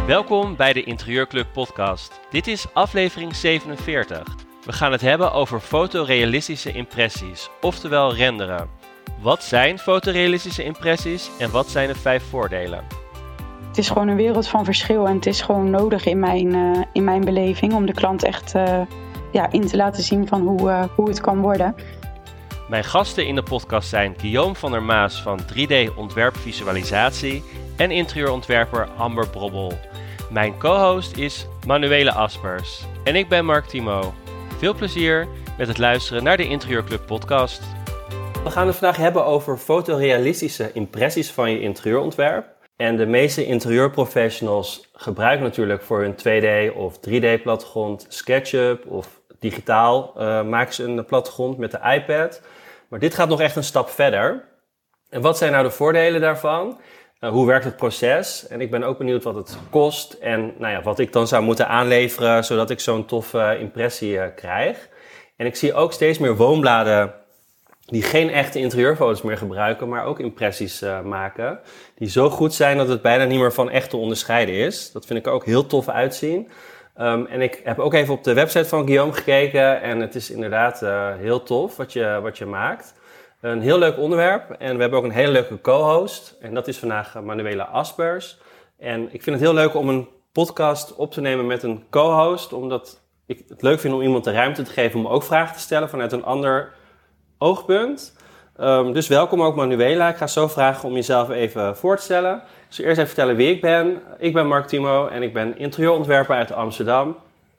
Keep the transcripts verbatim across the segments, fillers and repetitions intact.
Welkom bij de Interieurclub podcast. Dit is aflevering zevenenveertig. We gaan het hebben over fotorealistische impressies, oftewel renderen. Wat zijn fotorealistische impressies en wat zijn de vijf voordelen? Het is gewoon een wereld van verschil en het is gewoon nodig in mijn, uh, in mijn beleving om de klant echt uh, ja, in te laten zien van hoe, uh, hoe het kan worden. Mijn gasten in de podcast zijn Guillaume van der Maas van drie D ontwerpvisualisatie en interieurontwerper Amber Brobbel. Mijn co-host is Manuela Aspers en ik ben Mark Timo. Veel plezier met het luisteren naar de Interieurclub podcast. We gaan het vandaag hebben over fotorealistische impressies van je interieurontwerp. En de meeste interieurprofessionals gebruiken natuurlijk voor hun twee D of drie D plattegrond SketchUp of digitaal uh, maken ze een plattegrond met de iPad. Maar dit gaat nog echt een stap verder. En wat zijn nou de voordelen daarvan? Uh, hoe werkt het proces? En ik ben ook benieuwd wat het kost en nou ja, wat ik dan zou moeten aanleveren zodat ik zo'n toffe impressie uh, krijg. En ik zie ook steeds meer woonbladen die geen echte interieurfoto's meer gebruiken, maar ook impressies uh, maken. Die zo goed zijn dat het bijna niet meer van echt te onderscheiden is. Dat vind ik er ook heel tof uitzien. Um, en ik heb ook even op de website van Guillaume gekeken en het is inderdaad uh, heel tof wat je, wat je maakt. Een heel leuk onderwerp en we hebben ook een hele leuke co-host. En dat is vandaag uh, Manuela Aspers. En ik vind het heel leuk om een podcast op te nemen met een co-host, omdat ik het leuk vind om iemand de ruimte te geven om ook vragen te stellen vanuit een ander oogpunt. Um, dus welkom ook Manuela. Ik ga zo vragen om jezelf even voor te stellen. Ik zal eerst even vertellen wie ik ben. Ik ben Mark Timo en ik ben interieurontwerper uit Amsterdam.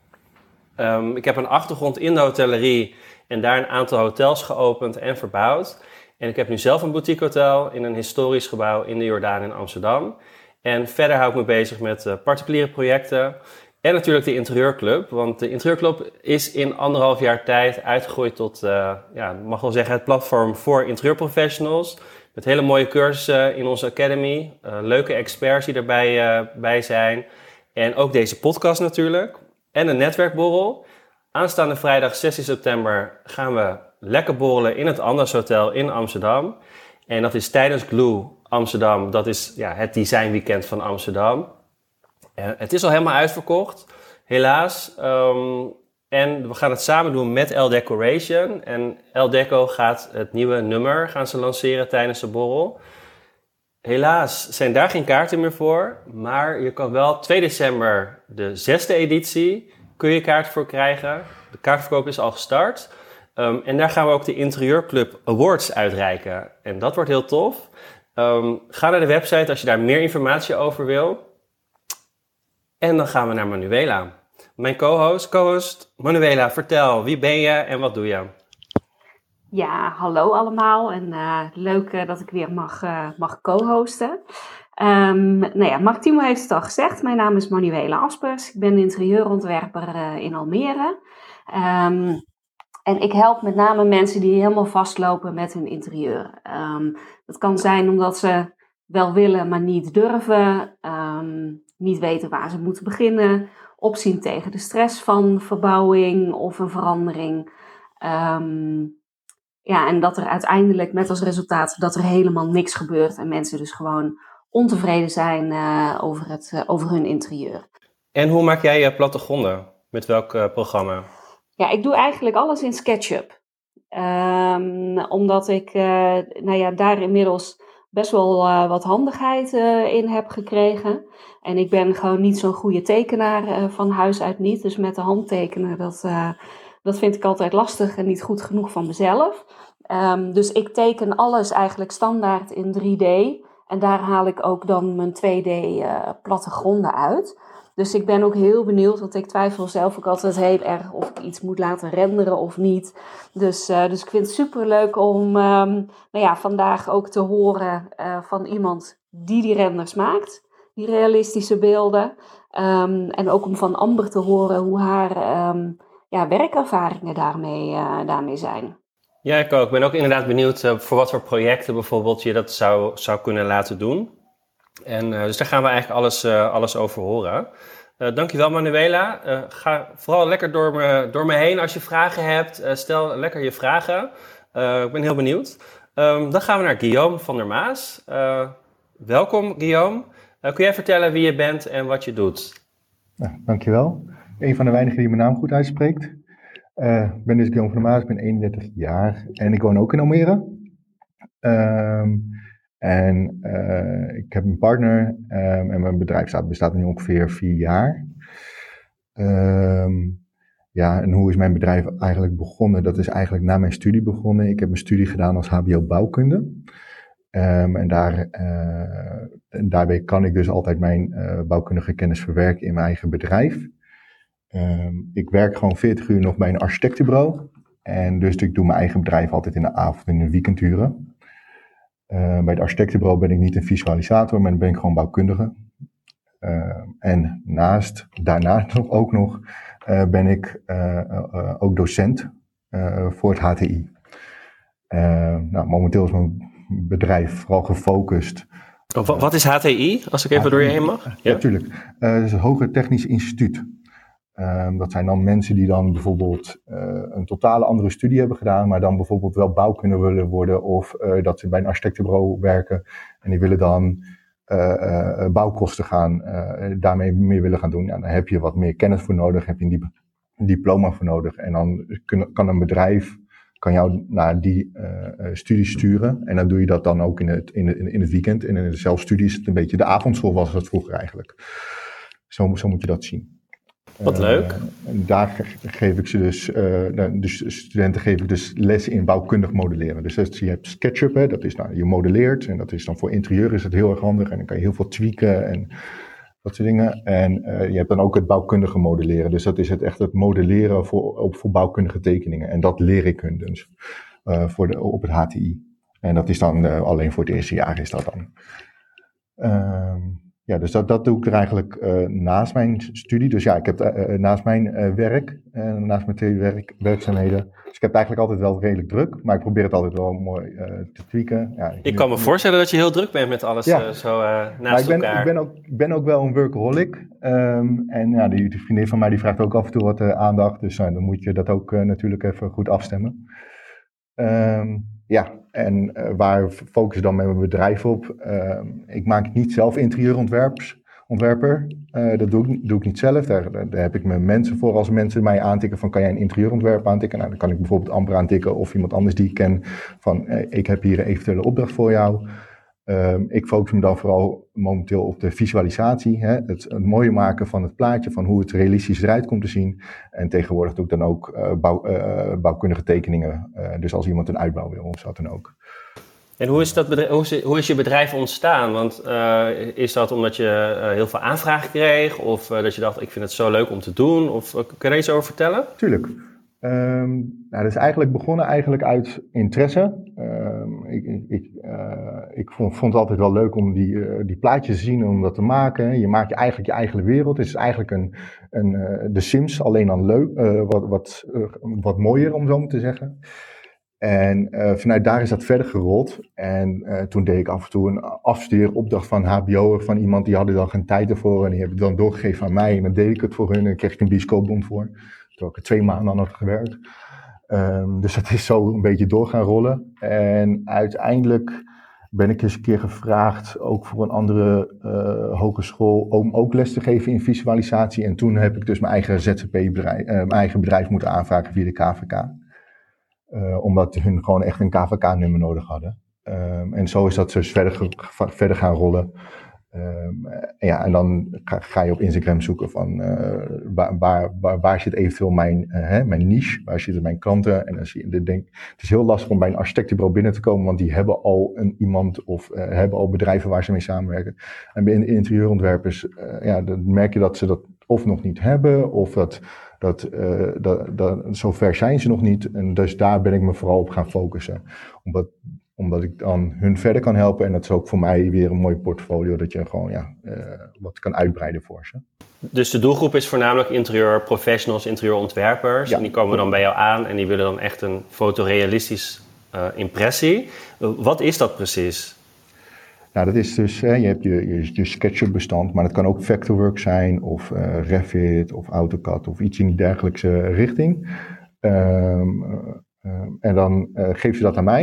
Um, ik heb een achtergrond in de hotellerie en daar een aantal hotels geopend en verbouwd. En ik heb nu zelf een boutique hotel in een historisch gebouw in de Jordaan in Amsterdam. En verder hou ik me bezig met uh, particuliere projecten. En natuurlijk de Interieurclub, want de Interieurclub is in anderhalf jaar tijd uitgegroeid tot, uh, ja, mag wel zeggen, het platform voor interieurprofessionals. Met hele mooie cursussen in onze academy, uh, leuke experts die erbij uh, bij zijn. En ook deze podcast natuurlijk. En een netwerkborrel. Aanstaande vrijdag zestien september gaan we lekker borrelen in het Anders Hotel in Amsterdam. En dat is tijdens Glue Amsterdam, dat is ja, het designweekend van Amsterdam. Uh, het is al helemaal uitverkocht, helaas. Um, en we gaan het samen doen met L Decoration. En L Deco gaat het nieuwe nummer gaan ze lanceren tijdens de borrel. Helaas zijn daar geen kaarten meer voor. Maar je kan wel twee december de zesde editie kun je kaarten voor krijgen. De kaartverkoop is al gestart. Um, en daar gaan we ook de Interieurclub Awards uitreiken. En dat wordt heel tof. Um, ga naar de website als je daar meer informatie over wil. En dan gaan we naar Manuela. Mijn co-host, co-host Manuela, vertel, wie ben je en wat doe je? Ja, hallo allemaal en uh, leuk uh, dat ik weer mag, uh, mag co-hosten. Um, nou ja, Mark Timo heeft het al gezegd, mijn naam is Manuela Aspers. Ik ben interieurontwerper uh, in Almere. Um, en ik help met name mensen die helemaal vastlopen met hun interieur. Um, dat kan zijn omdat ze wel willen, maar niet durven. Um, niet weten waar ze moeten beginnen. Opzien tegen de stress van verbouwing of een verandering. Um, ja, en dat er uiteindelijk met als resultaat dat er helemaal niks gebeurt. En mensen dus gewoon ontevreden zijn uh, over, het, uh, over hun interieur. En hoe maak jij je plattegronden? Met welk uh, programma? Ja, ik doe eigenlijk alles in SketchUp. Um, omdat ik uh, nou ja, daar inmiddels best wel uh, wat handigheid uh, in heb gekregen. En ik ben gewoon niet zo'n goede tekenaar uh, van huis uit niet. Dus met de hand tekenen, dat, uh, dat vind ik altijd lastig en niet goed genoeg van mezelf. Um, dus ik teken alles eigenlijk standaard in drie D. En daar haal ik ook dan mijn twee D uh, plattegronden uit. Dus ik ben ook heel benieuwd, want ik twijfel zelf ook altijd heel erg of ik iets moet laten renderen of niet. Dus, uh, dus ik vind het superleuk om um, nou ja, vandaag ook te horen uh, van iemand die die renders maakt. Die realistische beelden. Um, en ook om van Amber te horen hoe haar um, ja, werkervaringen daarmee, uh, daarmee zijn. Ja, ik ook. Ik ben ook inderdaad benieuwd uh, voor wat voor projecten bijvoorbeeld je dat zou, zou kunnen laten doen. En uh, dus daar gaan we eigenlijk alles, uh, alles over horen. Uh, dankjewel Manuela. Uh, ga vooral lekker door me, door me heen als je vragen hebt. Uh, stel lekker je vragen. Uh, ik ben heel benieuwd. Um, dan gaan we naar Guillaume van der Maas. Uh, welkom Guillaume. Uh, kun jij vertellen wie je bent en wat je doet? Nou, dankjewel. Een van de weinigen die mijn naam goed uitspreekt. Uh, ik ben dus Guillaume van der Maas, ik ben eenendertig jaar en ik woon ook in Almere. Um, en uh, ik heb een partner um, en mijn bedrijf staat, bestaat nu ongeveer vier jaar. Um, ja, en hoe is mijn bedrijf eigenlijk begonnen? Dat is eigenlijk na mijn studie begonnen. Ik heb een studie gedaan als H B O bouwkunde. Um, en daar, uh, en daarbij kan ik dus altijd mijn uh, bouwkundige kennis verwerken in mijn eigen bedrijf. Um, ik werk gewoon veertig uur nog bij een architectenbureau. En dus ik doe mijn eigen bedrijf altijd in de avond en in de weekenduren. Uh, bij het architectenbureau ben ik niet een visualisator, maar dan ben ik gewoon bouwkundige. Uh, en naast, daarnaast nog, ook nog uh, ben ik uh, uh, ook docent uh, voor het H T I. Uh, nou, momenteel is mijn bedrijf vooral gefocust. Oh, wat is H T I, als ik even H T I, door je heen mag? Ja, natuurlijk. Uh, het is het Hoger Technisch Instituut. Um, dat zijn dan mensen die dan bijvoorbeeld uh, een totale andere studie hebben gedaan, maar dan bijvoorbeeld wel bouwkunde willen worden, of uh, dat ze bij een architectenbureau werken en die willen dan uh, uh, bouwkosten gaan, uh, daarmee meer willen gaan doen. Ja, dan heb je wat meer kennis voor nodig, heb je een, dip- een diploma voor nodig en dan kun, kan een bedrijf kan jou naar die uh, studie sturen en dan doe je dat dan ook in het, in het, in het weekend. En in de zelfstudie is het een beetje de avondschool, was het vroeger eigenlijk. Zo, zo moet je dat zien. Wat leuk. Uh, en daar geef ik ze dus, uh, dus studenten geef ik dus les in bouwkundig modelleren. Dus je hebt SketchUp, hè, dat is nou, je modelleert en dat is dan voor interieur is het heel erg handig en dan kan je heel veel tweaken en dat soort dingen. En uh, je hebt dan ook het bouwkundige modelleren, dus dat is het echt het modelleren voor, op, voor bouwkundige tekeningen. En dat leer ik hun dus uh, voor de, op het H T I. En dat is dan uh, alleen voor het eerste jaar is dat dan. Uh, Ja, dus dat, dat doe ik er eigenlijk uh, naast mijn studie. Dus ja, ik heb uh, naast mijn uh, werk, uh, naast mijn twee werk, werkzaamheden. Dus ik heb het eigenlijk altijd wel redelijk druk, maar ik probeer het altijd wel mooi uh, te tweaken. Ja, ik kan me voorstellen dat je heel druk bent met alles ja. uh, zo uh, naast ik ben, elkaar. Ik ben, ook, ik ben ook wel een workaholic. Um, en ja, die, die vriendin van mij die vraagt ook af en toe wat uh, aandacht. Dus uh, dan moet je dat ook uh, natuurlijk even goed afstemmen. Um, ja. En uh, waar focus ik dan met mijn bedrijf op? Uh, ik maak niet zelf interieurontwerper. Uh, dat doe ik, doe ik niet zelf. Daar, daar, daar heb ik mijn mensen voor. Als mensen mij aantikken van kan jij een interieurontwerp aantikken? Nou, dan kan ik bijvoorbeeld Amber aantikken of iemand anders die ik ken. Van uh, ik heb hier een eventuele opdracht voor jou. Uh, ik focus me dan vooral momenteel op de visualisatie. Hè? Het, het mooie maken van het plaatje, van hoe het realistisch eruit komt te zien. En tegenwoordig doe ik dan ook uh, bouw, uh, bouwkundige tekeningen. Uh, dus als iemand een uitbouw wil of zo dan ook. En hoe is, dat bedrijf, hoe is, hoe is je bedrijf ontstaan? Want uh, is dat omdat je uh, heel veel aanvragen kreeg? Of uh, dat je dacht, ik vind het zo leuk om te doen? Of uh, kun je er iets over vertellen? Tuurlijk. Um, nou, dat is eigenlijk begonnen eigenlijk uit interesse. Um, ik ik, uh, ik vond, vond het altijd wel leuk om die, uh, die plaatjes te zien en om dat te maken. Je maakt je eigenlijk je eigen wereld. Het is eigenlijk een, een, uh, de Sims, alleen dan leuk, uh, wat, wat, uh, wat mooier om zo maar te zeggen. En uh, vanuit daar is dat verder gerold. En uh, toen deed ik af en toe een afstudeeropdracht van H B O'er van iemand die hadden dan geen tijd ervoor. En die hebben het dan doorgegeven aan mij. En dan deed ik het voor hun en dan kreeg ik een bioscoopbon voor. Terwijl ik er twee maanden aan had gewerkt. Um, dus dat is zo een beetje door gaan rollen. En uiteindelijk ben ik eens een keer gevraagd, ook voor een andere uh, hogeschool, om ook les te geven in visualisatie. En toen heb ik dus mijn eigen Z Z P-bedrijf, uh, mijn eigen bedrijf moeten aanvragen via de K V K. Uh, omdat hun gewoon echt een K V K-nummer nodig hadden. Um, en zo is dat dus verder, ge- verder gaan rollen. Um, ja, en dan ga, ga je op Instagram zoeken van uh, waar, waar, waar, waar zit eventueel mijn, uh, hè, mijn niche, waar zitten mijn klanten. En dan zie je, denk, het is heel lastig om bij een architectenbureau binnen te komen, want die hebben al een iemand of uh, hebben al bedrijven waar ze mee samenwerken. En bij interieurontwerpers, uh, ja, dan merk je dat ze dat of nog niet hebben, of dat, dat, uh, dat, dat zover zijn ze nog niet. En dus daar ben ik me vooral op gaan focussen. Omdat Omdat ik dan hun verder kan helpen. En dat is ook voor mij weer een mooi portfolio. Dat je gewoon ja, uh, wat kan uitbreiden voor ze. Dus de doelgroep is voornamelijk interieurprofessionals, interieurontwerpers. Ja. En die komen dan bij jou aan. En die willen dan echt een fotorealistisch uh, impressie. Uh, wat is dat precies? Nou, dat is dus, hè, je hebt je, je, je SketchUp bestand. Maar het kan ook Vectorworks zijn. Of uh, Revit of AutoCAD. Of iets in die dergelijke richting. Um, uh, uh, en dan uh, geef je dat aan mij.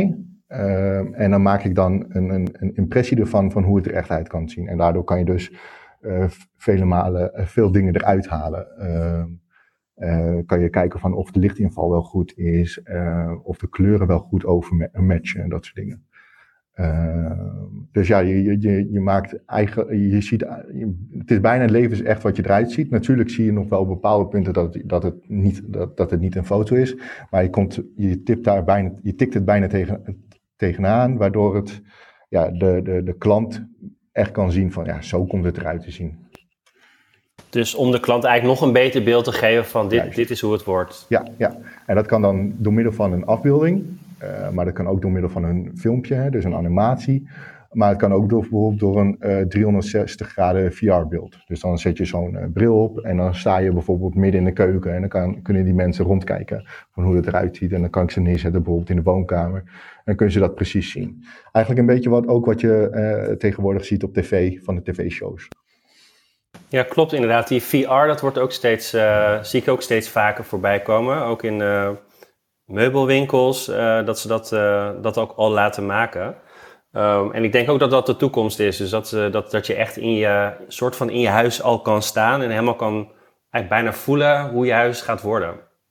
Uh, en dan maak ik dan een, een, een impressie ervan van hoe het er echt uit kan zien. En daardoor kan je dus uh, vele malen uh, veel dingen eruit halen. Uh, uh, kan je kijken van of de lichtinval wel goed is, uh, of de kleuren wel goed overmatchen en dat soort dingen. Uh, dus ja, je, je, je maakt eigen, je ziet, je, het is bijna levens echt wat je eruit ziet. Natuurlijk zie je nog wel op bepaalde punten dat het, dat het, niet, dat, dat het niet een foto is. Maar je, komt, je, tipt daar bijna, je tikt het bijna tegen, tegenaan, waardoor het, ja, de, de, de klant echt kan zien van ja, zo komt het eruit te zien. Dus om de klant eigenlijk nog een beter beeld te geven van dit, dit is hoe het wordt. Ja, ja, en dat kan dan door middel van een afbeelding. Uh, maar dat kan ook door middel van een filmpje, hè, dus een animatie. Maar het kan ook door, bijvoorbeeld door een uh, driehonderdzestig graden V R-beeld. Dus dan zet je zo'n uh, bril op en dan sta je bijvoorbeeld midden in de keuken. En dan kan, kunnen die mensen rondkijken van hoe het eruit ziet. En dan kan ik ze neerzetten bijvoorbeeld in de woonkamer. En dan kunnen ze dat precies zien. Eigenlijk een beetje wat, ook wat je uh, tegenwoordig ziet op tv, van de tv-shows. Ja, klopt inderdaad. Die V R, dat wordt ook steeds, uh, zie ik ook steeds vaker voorbij komen. Ook in uh, meubelwinkels, uh, dat ze dat, uh, dat ook al laten maken. Um, en ik denk ook dat dat de toekomst is. Dus dat, uh, dat, dat je echt in je, soort van in je huis al kan staan en helemaal kan eigenlijk bijna voelen hoe je huis gaat worden.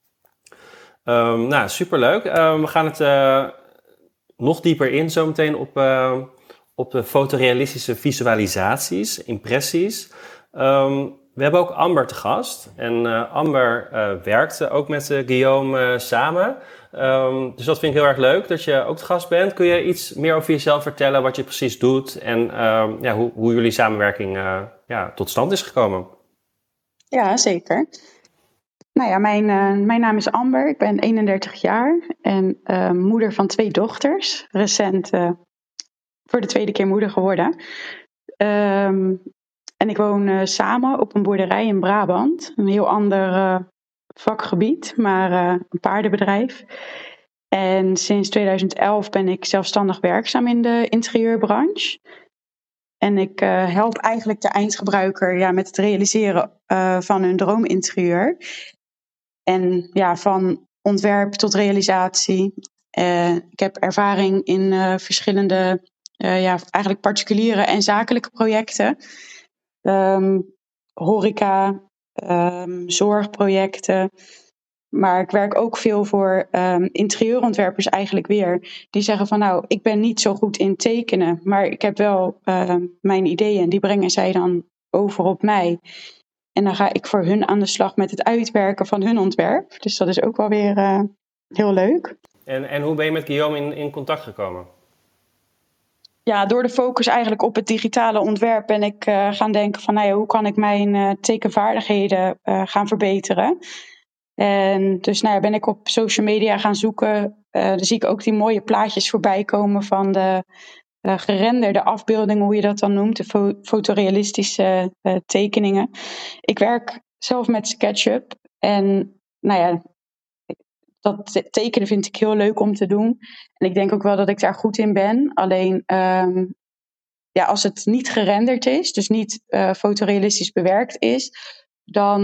Um, nou, superleuk. Um, we gaan het uh, nog dieper in zometeen op, uh, op de fotorealistische visualisaties, impressies. Um, we hebben ook Amber te gast. En uh, Amber uh, werkt ook met uh, Guillaume uh, samen. Um, dus dat vind ik heel erg leuk dat je ook te gast bent. Kun je iets meer over jezelf vertellen, wat je precies doet en um, ja, hoe, hoe jullie samenwerking uh, ja, tot stand is gekomen? Ja, zeker. Nou ja, mijn, uh, mijn naam is Amber. Ik ben eenendertig jaar en uh, moeder van twee dochters. Recent uh, voor de tweede keer moeder geworden. Um, en ik woon uh, samen op een boerderij in Brabant. Een heel ander uh, vakgebied, maar uh, een paardenbedrijf. En sinds tweeduizend elf ben ik zelfstandig werkzaam in de interieurbranche. En ik uh, help eigenlijk de eindgebruiker ja, met het realiseren uh, van hun droominterieur. En ja, van ontwerp tot realisatie. Uh, ik heb ervaring in uh, verschillende, uh, ja, eigenlijk particuliere en zakelijke projecten. Um, horeca, um, zorgprojecten. Maar ik werk ook veel voor um, interieurontwerpers eigenlijk weer. Die zeggen van nou, ik ben niet zo goed in tekenen. Maar ik heb wel uh, mijn ideeën en die brengen zij dan over op mij. En dan ga ik voor hun aan de slag met het uitwerken van hun ontwerp. Dus dat is ook wel weer uh, heel leuk. En, en hoe ben je met Guillaume in, in contact gekomen? Ja, door de focus eigenlijk op het digitale ontwerp ben ik uh, gaan denken van nou ja, hoe kan ik mijn uh, tekenvaardigheden uh, gaan verbeteren. En dus nou ja, ben ik op social media gaan zoeken. Uh, dan zie ik ook die mooie plaatjes voorbij komen van de uh, gerenderde afbeeldingen, hoe je dat dan noemt, de fo- fotorealistische uh, tekeningen. Ik werk zelf met SketchUp en nou ja, dat tekenen vind ik heel leuk om te doen. En ik denk ook wel dat ik daar goed in ben. Alleen um, ja, als het niet gerenderd is, dus niet uh, fotorealistisch bewerkt is, dan,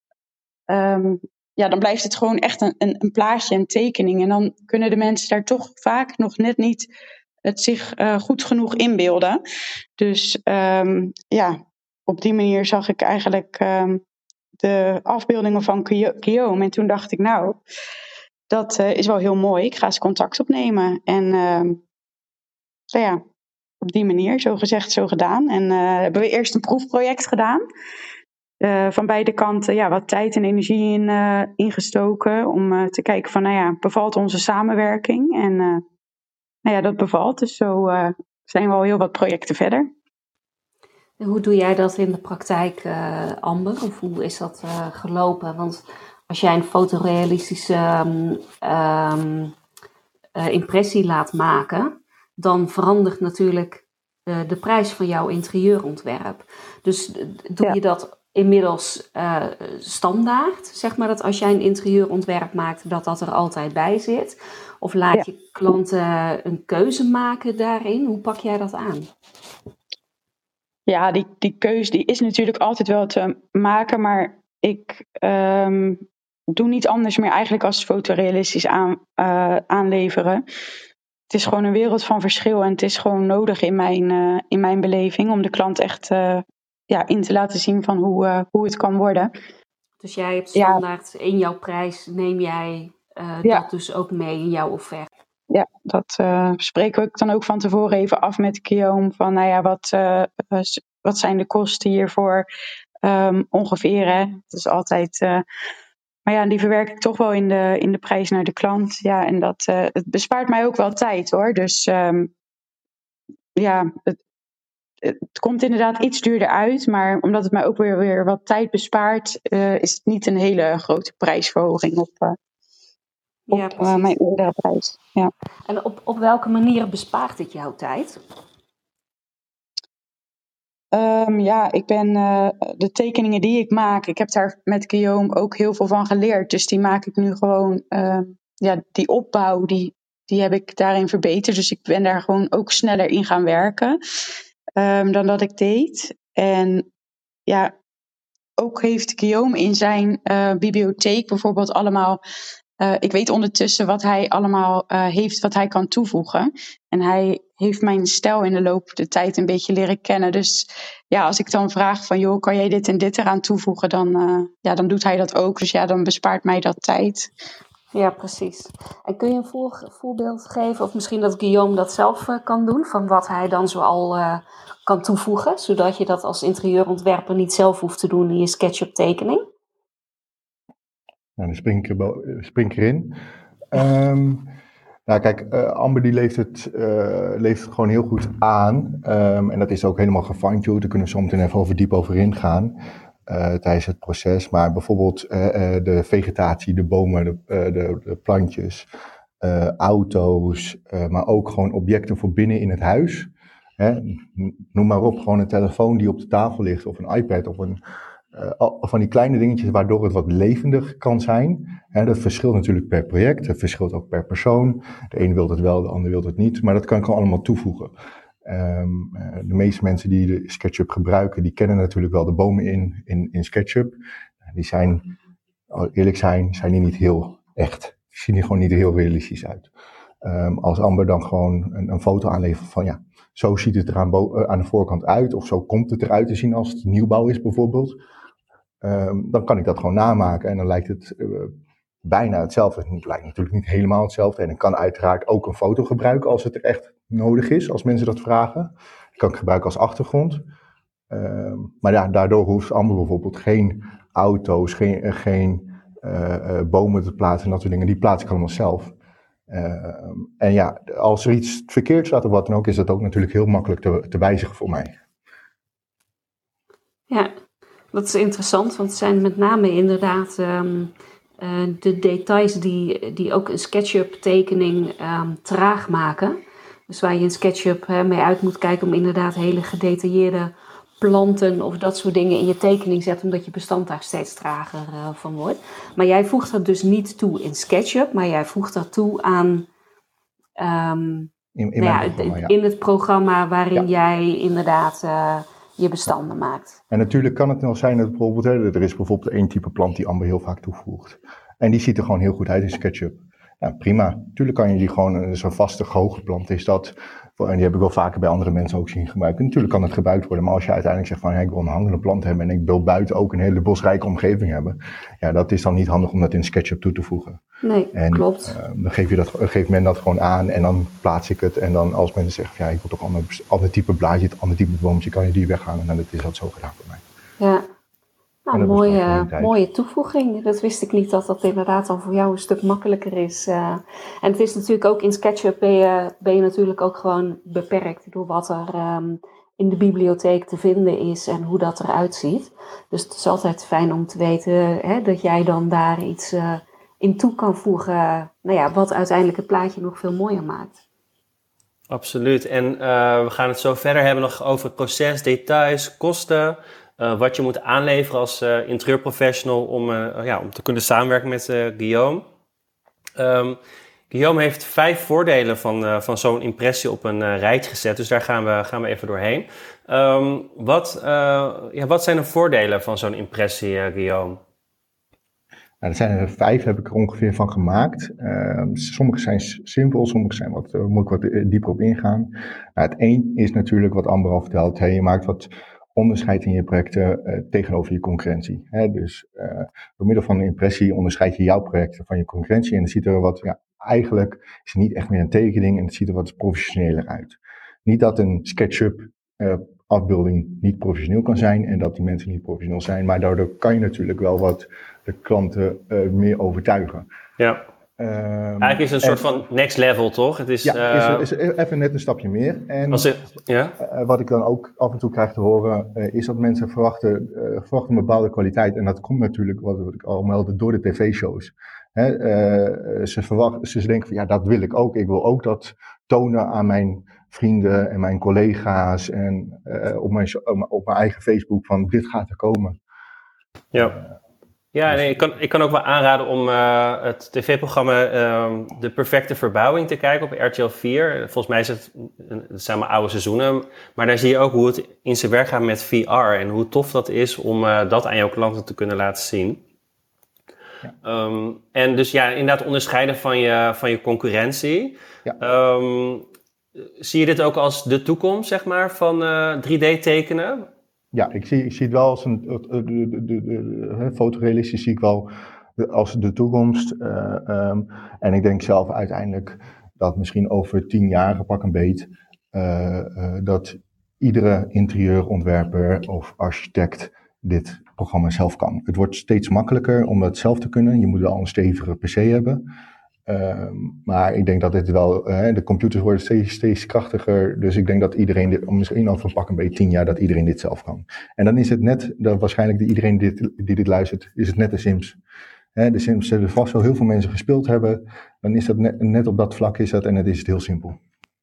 um, ja, dan blijft het gewoon echt een, een, een plaatje, een tekening. En dan kunnen de mensen daar toch vaak nog net niet het zich uh, goed genoeg inbeelden. Dus um, ja, op die manier zag ik eigenlijk um, de afbeeldingen van Guillaume. En toen dacht ik, nou, dat uh, is wel heel mooi. Ik ga eens contact opnemen. En uh, nou ja, op die manier, zo gezegd, zo gedaan. En uh, hebben we eerst een proefproject gedaan. Uh, van beide kanten ja, wat tijd en energie in, uh, ingestoken. Om uh, te kijken van, nou ja, bevalt onze samenwerking? En uh, nou ja, dat bevalt. Dus zo uh, zijn we al heel wat projecten verder. En hoe doe jij dat in de praktijk, uh, Amber? Of hoe is dat uh, gelopen? Want als jij een fotorealistische um, um, uh, impressie laat maken, dan verandert natuurlijk uh, de prijs van jouw interieurontwerp. Dus doe ja. je dat inmiddels uh, standaard, zeg maar, dat als jij een interieurontwerp maakt, dat dat er altijd bij zit? Of laat ja. je klanten een keuze maken daarin? Hoe pak jij dat aan? Ja, die, die keuze die is natuurlijk altijd wel te maken, maar ik um, doe niet anders meer eigenlijk als fotorealistisch aan, uh, aanleveren. Het het is gewoon een wereld van verschil. En het is gewoon nodig in mijn, uh, in mijn beleving om de klant echt uh, ja, in te laten zien van hoe, uh, hoe het kan worden. Dus jij hebt standaard ja. in jouw prijs, neem jij uh, ja. dat dus ook mee in jouw offerte? Ja, dat uh, spreken we dan ook van tevoren even af met Guillaume. Van nou ja, wat, uh, wat zijn de kosten hiervoor um, ongeveer? Hè? Het is altijd... Uh, maar ja, die verwerk ik toch wel in de, in de prijs naar de klant. Ja, en dat uh, het bespaart mij ook wel tijd hoor. Dus um, ja, het, het komt inderdaad iets duurder uit. Maar omdat het mij ook weer, weer wat tijd bespaart, uh, is het niet een hele grote prijsverhoging op... Uh, Op ja, uh, mijn eerdere prijs. Ja. En op, op welke manier bespaart het jouw tijd? Um, ja, ik ben uh, de tekeningen die ik maak, ik heb daar met Guillaume ook heel veel van geleerd. Dus die maak ik nu gewoon, uh, ja, die opbouw, die, die heb ik daarin verbeterd. Dus ik ben daar gewoon ook sneller in gaan werken um, dan dat ik deed. En ja, ook heeft Guillaume in zijn uh, bibliotheek bijvoorbeeld allemaal... Uh, ik weet ondertussen wat hij allemaal uh, heeft, wat hij kan toevoegen. En hij heeft mijn stijl in de loop der tijd een beetje leren kennen. Dus ja, als ik dan vraag van, joh, kan jij dit en dit eraan toevoegen? Dan, uh, ja, dan doet hij dat ook. Dus ja, dan bespaart mij dat tijd. Ja, precies. En kun je een voor, voorbeeld geven, of misschien dat Guillaume dat zelf uh, kan doen, van wat hij dan zoal uh, kan toevoegen, zodat je dat als interieurontwerper niet zelf hoeft te doen in je SketchUp tekening? Nou, dan spring ik, er, spring ik erin. Um, nou kijk, uh, Amber die leeft het, uh, leeft het gewoon heel goed aan. Um, en dat is ook helemaal gefine-tuned. Daar kunnen we zo meteen even over diep over ingaan uh, tijdens het proces. Maar bijvoorbeeld uh, uh, de vegetatie, de bomen, de, uh, de, de plantjes, uh, auto's, uh, maar ook gewoon objecten voor binnen in het huis. Hè? Noem maar op, gewoon een telefoon die op de tafel ligt of een iPad of een... Uh, van die kleine dingetjes waardoor het wat levendig kan zijn. Hè, dat verschilt natuurlijk per project, het verschilt ook per persoon. De een wil het wel, de ander wil het niet, maar dat kan ik allemaal toevoegen. Um, uh, de meeste mensen die de SketchUp gebruiken, die kennen natuurlijk wel de bomen in, in, in SketchUp. Die zijn, eerlijk zijn, zijn die niet heel echt. Die zien er gewoon niet heel realistisch uit. Um, als Amber dan gewoon een, een foto aanlevert van ja, zo ziet het er aan, bo- uh, aan de voorkant uit, of zo komt het eruit te zien als het nieuwbouw is bijvoorbeeld. Um, dan kan ik dat gewoon namaken en dan lijkt het uh, bijna hetzelfde. Het lijkt natuurlijk niet helemaal hetzelfde en ik kan uiteraard ook een foto gebruiken als het er echt nodig is, als mensen dat vragen. Die kan ik gebruiken als achtergrond. Um, maar ja, daardoor hoeft Amber bijvoorbeeld geen auto's, geen, uh, geen uh, uh, bomen te plaatsen en dat soort dingen. Die plaats ik allemaal zelf. Uh, en ja, als er iets verkeerd staat of wat dan ook, is dat ook natuurlijk heel makkelijk te, te wijzigen voor mij. Ja. Dat is interessant, want het zijn met name inderdaad um, uh, de details die, die ook een SketchUp tekening um, traag maken. Dus waar je in SketchUp uh, mee uit moet kijken om inderdaad hele gedetailleerde planten of dat soort dingen in je tekening zet, omdat je bestand daar steeds trager uh, van wordt. Maar jij voegt dat dus niet toe in SketchUp, maar jij voegt dat toe aan um, in, in, nou ja, programma, ja. in het programma waarin ja. jij inderdaad uh, je bestanden maakt. En natuurlijk kan het wel zijn dat bijvoorbeeld, hè, er is bijvoorbeeld één type plant die Amber heel vaak toevoegt. En die ziet er gewoon heel goed uit in SketchUp. Nou, prima. Natuurlijk kan je die gewoon, zo'n vaste hoge plant is dat, en die heb ik wel vaker bij andere mensen ook zien gebruiken. Natuurlijk kan het gebruikt worden, maar als je uiteindelijk zegt van, hey, ik wil een hangende plant hebben en ik wil buiten ook een hele bosrijke omgeving hebben, ja, dat is dan niet handig om dat in SketchUp toe te voegen. Nee, en, klopt. Uh, dan geef je dat, geeft men dat gewoon aan en dan plaats ik het. En dan als mensen zeggen, ja, ik wil toch een ander, ander type blaadje, een ander type boompje, kan je die weghalen. En dat is dat zo gedaan voor mij. Ja. Nou, een mooie, mooie toevoeging. Dat wist ik niet, dat dat inderdaad al voor jou een stuk makkelijker is. Uh, en het is natuurlijk ook in SketchUp ben je, ben je natuurlijk ook gewoon beperkt door wat er um, in de bibliotheek te vinden is en hoe dat eruit ziet. Dus het is altijd fijn om te weten hè, dat jij dan daar iets uh, in toe kan voegen, nou ja, wat uiteindelijk het plaatje nog veel mooier maakt. Absoluut. En uh, we gaan het zo verder hebben nog over het proces, details, kosten. Uh, wat je moet aanleveren als uh, interieurprofessional om, uh, ja, om te kunnen samenwerken met uh, Guillaume. Um, Guillaume heeft vijf voordelen van, uh, van zo'n impressie op een uh, rijtje gezet. Dus daar gaan we, gaan we even doorheen. Um, wat, uh, ja, wat zijn de voordelen van zo'n impressie, uh, Guillaume? Nou, er zijn er vijf, heb ik er ongeveer van gemaakt. Uh, sommige zijn simpel, sommige zijn wat, uh, moet ik wat dieper op ingaan. Nou, het één is natuurlijk wat Amber al vertelt. Hey, je maakt wat onderscheid in je projecten uh, tegenover je concurrentie. Hè? Dus uh, door middel van een impressie onderscheid je jouw projecten van je concurrentie. En dan ziet er wat, ja, eigenlijk is het niet echt meer een tekening en het ziet er wat professioneler uit. Niet dat een SketchUp uh, afbeelding niet professioneel kan zijn en dat die mensen niet professioneel zijn, maar daardoor kan je natuurlijk wel wat de klanten uh, meer overtuigen. Ja. Um, Eigenlijk is het een en, soort van next level, toch? Het is, ja, uh, is, is even net een stapje meer. En het, ja? uh, wat ik dan ook af en toe krijg te horen, uh, is dat mensen verwachten, uh, verwachten een bepaalde kwaliteit. En dat komt natuurlijk, wat ik al meldde, door de tv-shows. Hè, uh, ze, verwachten, ze denken van, ja, dat wil ik ook. Ik wil ook dat tonen aan mijn vrienden en mijn collega's en uh, op, mijn, op mijn eigen Facebook van, dit gaat er komen. Ja. Uh, Ja, nee, ik, kan, ik kan ook wel aanraden om uh, het tv-programma uh, De Perfecte Verbouwing te kijken op R T L vier. Volgens mij is het, het zijn maar oude seizoenen, maar daar zie je ook hoe het in zijn werk gaat met V R en hoe tof dat is om uh, dat aan jouw klanten te kunnen laten zien. Ja. Um, en dus ja, inderdaad onderscheiden van je, van je concurrentie. Ja. Um, zie je dit ook als de toekomst, zeg maar, van uh, drie D tekenen? Ja, ik zie, ik zie het wel als een, de, de, de, de, de, fotorealistisch zie ik wel als de toekomst. Uh, um, en ik denk zelf uiteindelijk dat misschien over tien jaar, pak een beet, uh, uh, dat iedere interieurontwerper of architect dit programma zelf kan. Het wordt steeds makkelijker om dat zelf te kunnen. Je moet wel een stevige P C hebben. Um, maar ik denk dat dit wel, uh, de computers worden steeds, steeds krachtiger, dus ik denk dat iedereen, dit, misschien over een pak een beetje tien jaar, dat iedereen dit zelf kan. En dan is het net, dat waarschijnlijk die iedereen dit, die dit luistert, is het net de Sims. Hè, de Sims zullen vast wel heel veel mensen gespeeld hebben, dan is dat net, net op dat vlak is dat en het is het heel simpel.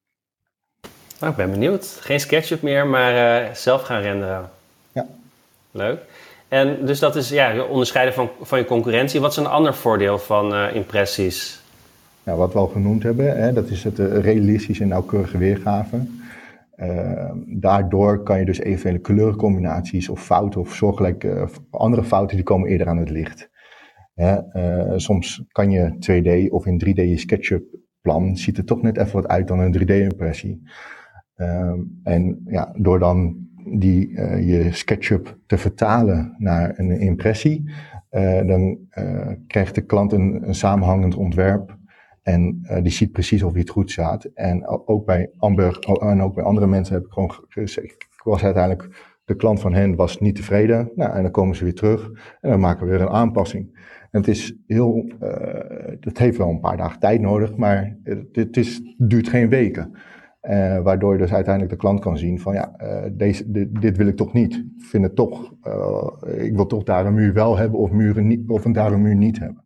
Nou, ik ben benieuwd. Geen SketchUp meer, maar uh, zelf gaan renderen. Ja. Leuk. En dus dat is ja, onderscheiden van, van je concurrentie. Wat is een ander voordeel van uh, impressies? Nou, wat we al genoemd hebben, hè, dat is het uh, realistische en nauwkeurige weergave. Uh, daardoor kan je dus eventuele kleurcombinaties of fouten of zorgelijk uh, andere fouten die komen eerder aan het licht. Hè, uh, soms kan je twee D of in drie D je SketchUp plan, ziet er toch net even wat uit dan een drie D impressie. Uh, en ja, door dan die, uh, je SketchUp te vertalen naar een impressie, uh, dan uh, krijgt de klant een, een samenhangend ontwerp. En uh, die ziet precies of hij het goed staat. En ook bij Amber en ook bij andere mensen heb ik gewoon gezegd, ik was uiteindelijk, de klant van hen was niet tevreden. Nou, en dan komen ze weer terug en dan maken we weer een aanpassing. En het is heel, uh, het heeft wel een paar dagen tijd nodig, maar het, het is, duurt geen weken. Uh, waardoor je dus uiteindelijk de klant kan zien van ja, uh, deze, dit, dit wil ik toch niet. Ik vind het toch, uh, ik wil toch daar een muur wel hebben of, muren niet, of een daar een muur niet hebben.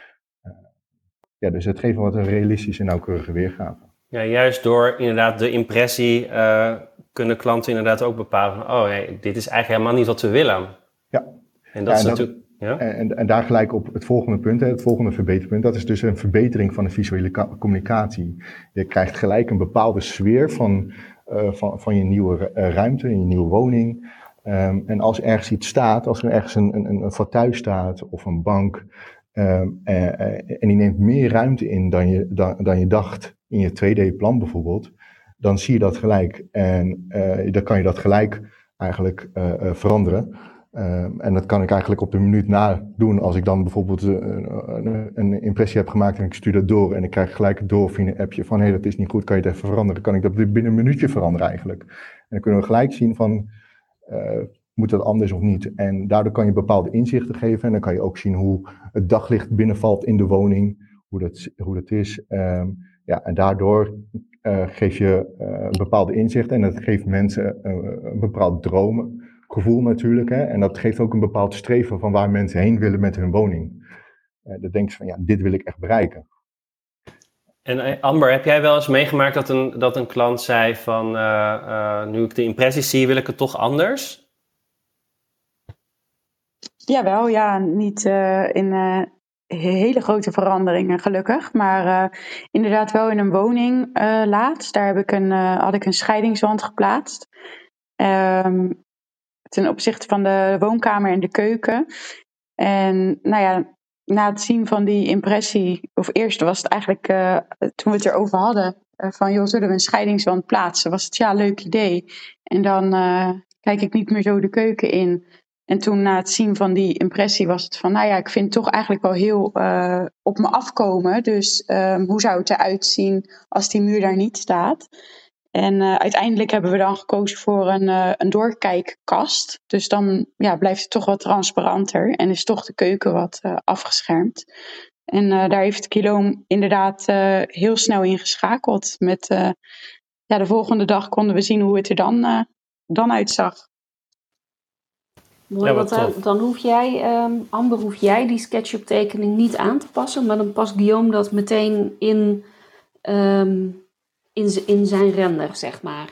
Ja, dus het geeft wat een realistische en nauwkeurige weergave. Ja, juist door inderdaad de impressie uh, kunnen klanten inderdaad ook bepalen van, oh, hey, dit is eigenlijk helemaal niet wat we willen. Ja. En dat ja, is en natuurlijk... Dat, ja? en, en daar gelijk op het volgende punt, het volgende verbeterpunt, dat is dus een verbetering van de visuele communicatie. Je krijgt gelijk een bepaalde sfeer van, uh, van, van je nieuwe ruimte, in je nieuwe woning. Um, en als ergens iets staat, als er ergens een, een, een fauteuil staat of een bank, Um, uh, uh, en die neemt meer ruimte in dan je, dan, dan je dacht in je twee D-plan bijvoorbeeld, dan zie je dat gelijk. En uh, dan kan je dat gelijk eigenlijk uh, uh, veranderen. Um, en dat kan ik eigenlijk op de minuut na doen als ik dan bijvoorbeeld uh, een, een impressie heb gemaakt en ik stuur dat door en ik krijg gelijk door via een appje van hé, hey, dat is niet goed, kan je het even veranderen? Dan kan ik dat binnen een minuutje veranderen eigenlijk. En dan kunnen we gelijk zien van Uh, moet dat anders of niet? En daardoor kan je bepaalde inzichten geven en dan kan je ook zien hoe het daglicht binnenvalt in de woning, hoe dat, hoe dat is. Um, ja, en daardoor uh, geef je uh, een bepaalde inzicht en dat geeft mensen uh, een bepaald droomgevoel natuurlijk. Hè? En dat geeft ook een bepaald streven van waar mensen heen willen met hun woning. Uh, dan denk je van ja, dit wil ik echt bereiken. En Amber, heb jij wel eens meegemaakt dat een, dat een klant zei van uh, uh, nu ik de impressies zie, wil ik het toch anders? Jawel, ja, niet uh, in uh, hele grote veranderingen gelukkig, maar uh, inderdaad wel in een woning uh, laatst. Daar heb ik een, uh, had ik een scheidingswand geplaatst. Um, ten opzichte van de woonkamer en de keuken. En nou ja, na het zien van die impressie, of eerst was het eigenlijk uh, toen we het erover hadden, uh, van joh, zullen we een scheidingswand plaatsen? Was het ja, leuk idee. En dan uh, kijk ik niet meer zo de keuken in. En toen na het zien van die impressie was het van, nou ja, ik vind het toch eigenlijk wel heel uh, op me afkomen. Dus um, hoe zou het eruit zien als die muur daar niet staat? En uh, uiteindelijk hebben we dan gekozen voor een, uh, een doorkijkkast. Dus dan ja, blijft het toch wat transparanter en is toch de keuken wat uh, afgeschermd. En uh, daar heeft Guillaume inderdaad uh, heel snel in geschakeld. Met uh, ja, de volgende dag konden we zien hoe het er dan, uh, dan uitzag. Mooi, ja, want dan, dan hoef jij, um, Amber, hoef jij die SketchUp tekening niet aan te passen, maar dan past Guillaume dat meteen in... Um, In, z- in zijn render, zeg maar.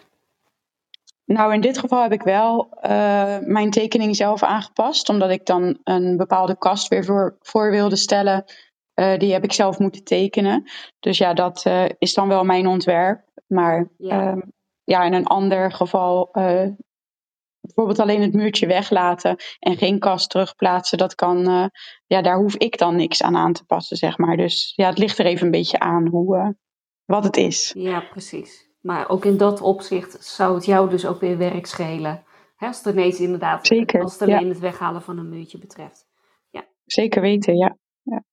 Nou, in dit geval heb ik wel uh, mijn tekening zelf aangepast. Omdat ik dan een bepaalde kast weer voor, voor wilde stellen. Uh, die heb ik zelf moeten tekenen. Dus ja, dat uh, is dan wel mijn ontwerp. Maar ja, uh, ja in een ander geval... Uh, bijvoorbeeld alleen het muurtje weglaten en geen kast terugplaatsen. Dat kan, uh, ja, daar hoef ik dan niks aan aan te passen, zeg maar. Dus ja, het ligt er even een beetje aan hoe... Uh, wat het is. Ja, precies. Maar ook in dat opzicht zou het jou dus ook weer werk schelen. Hè, als het ineens inderdaad, Zeker, als het alleen ja. het weghalen van een muurtje betreft. Ja. Zeker weten, ja. ja.